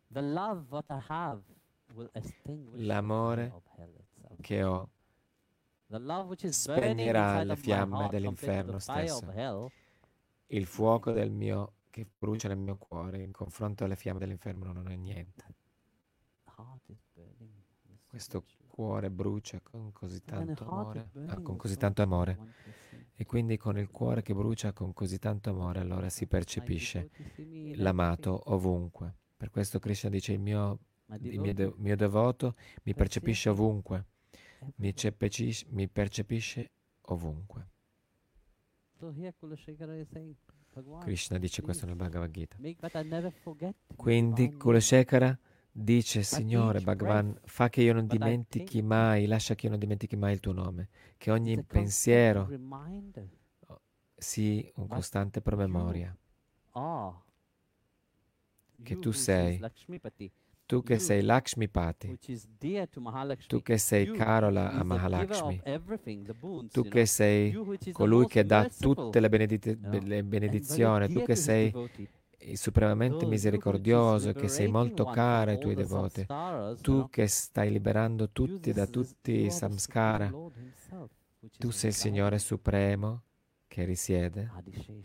L'amore che ho spegnerà le fiamme dell'inferno stesso. Il fuoco che brucia nel mio cuore in confronto alle fiamme dell'inferno non è niente. Questo cuore brucia con così tanto amore, con così tanto amore. E quindi con il cuore che brucia con così tanto amore, allora si percepisce l'amato ovunque. Per questo Krishna dice: il mio devoto mi percepisce ovunque, mi percepisce ovunque. Krishna dice questo nel Bhagavad Gita. Quindi Kulashekara dice: Signore Bhagavan, fa che io non dimentichi mai, lascia che io non dimentichi mai il tuo nome, che ogni pensiero sia un costante promemoria, che tu che sei Lakshmipati, tu che sei caro a Mahalakshmi, tu che sei colui che dà tutte le benedizioni, tu che sei supremamente misericordioso, che sei molto caro ai tuoi devoti, tu che stai liberando tutti da tutti i samskara, tu sei il Signore Supremo che risiede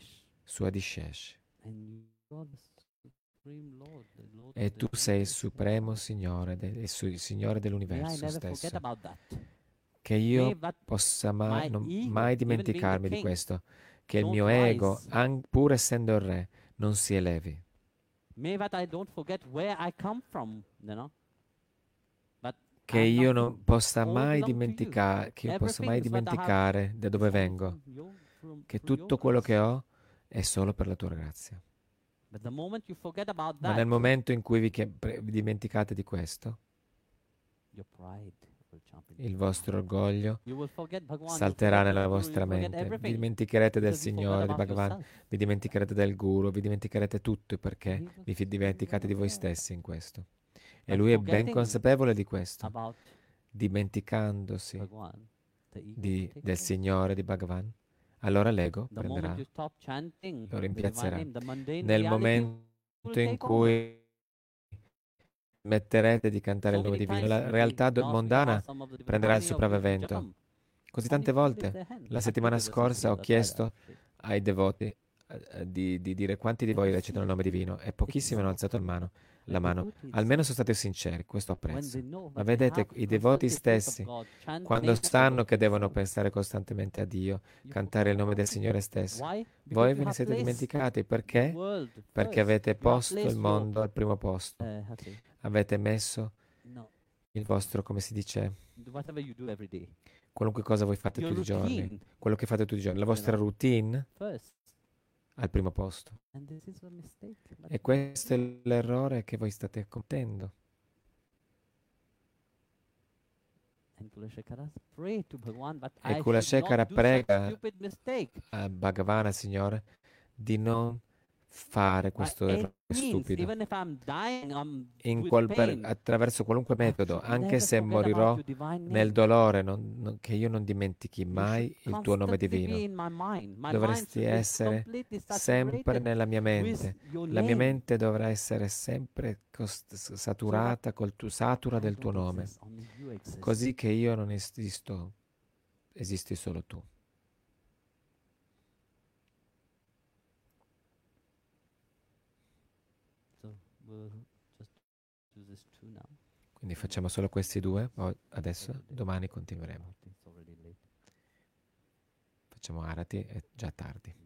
su Adishesh.
And you are the supreme Lord, the Lord
E
of the
tu sei il
universe.
supremo Signore, il Signore
May I
dell'universo
never forget
stesso.
about that.
Che
May
io
that
possa
my
non
ego,
mai
even being the
dimenticarmi di
king,
questo, che il
don't
mio ego,
rise.
pur essendo il re, non si elevi.
May that I don't forget where I come from, But
Che
I'm
io
nothing.
non possa
All
mai
belong to you.
dimenticare, che io possa mai
Everything that I have
dimenticare da dove
is only
vengo,
from your,
che
through your
tutto quello che
grace.
ho è solo per la tua grazia.
But the moment you forget about
Ma
that,
nel momento in cui vi dimenticate di questo,
your pride will jump into
il
your
vostro
mind.
orgoglio
You will forget Bhagwan, you'll
salterà
forget
nella
your guru,
vostra
you'll forget
mente. Vi
everything.
dimenticherete del
Because you forgot
Signore, di
about
Bhagavan,
yourself.
vi dimenticherete del Guru, vi dimenticherete tutto
And
perché
he was
vi
very
dimenticate
well
di voi
aware.
stessi in questo. E
By
lui è ben
forgetting
consapevole di questo,
about
dimenticandosi
Bhagwan, the ego will take
del
over.
Signore, di Bhagavan. Allora l'ego
The moment
prenderà,
you stop chanting
lo
the divine
rimpiazzerà.
name, the mundane
Nel
reality
momento
will
in
take over.
cui smetterete di cantare
So
il nome
many
divino,
times
la
we
realtà
last week I
mondana
asked some of the
prenderà il
how many of you
sopravvento.
jump?
Così
Only
tante
few lift
volte,
their hand.
la
I put
settimana
the verses
scorsa, ho
here, that's why I
chiesto
appreciate.
ai devoti di dire quanti di voi recitano il nome divino e pochissimi hanno alzato la mano. Almeno sono stati sinceri, questo apprezzo. Ma vedete, i devoti stessi, quando sanno che devono pensare costantemente a Dio, cantare il nome del Signore stesso, voi ve ne siete dimenticati. Perché? Perché avete posto il mondo al primo posto. Avete messo il vostro, come si dice,
Whatever you do every day.
qualunque cosa voi fate
Your
tutti i giorni,
routine
quello che fate tutti i giorni, la vostra routine
first.
al primo posto.
And this is a mistake. But
E questo è l'errore che voi state commettendo.
and Kulashekara pray to Bhagwan, but
E
I
Kulashekara
should not do such
prega
stupid mistake.
a Bhagavana, Signore, di non fare
By
questo
any
errore
means,
stupido.
even if I'm dying, I'm
In
with pain,
attraverso qualunque
I
metodo,
should
anche
never
se
forget about
morirò
your divine
nel
name.
dolore, che io non dimentichi
You
mai
should
il tuo nome
constantly be
divino.
in my mind. My mind
Dovresti
should be
essere
completely
sempre
saturated
nella mia
with
mente.
your
La mia
name.
mente dovrà essere sempre saturata satura
I
del tuo
don't
nome,
exist, only you exist.
così che io non esisto, esisti solo tu.
So we'll just do this two now.
Quindi facciamo solo questi due adesso, domani continueremo.
It's already late.
Facciamo Arati, è già tardi.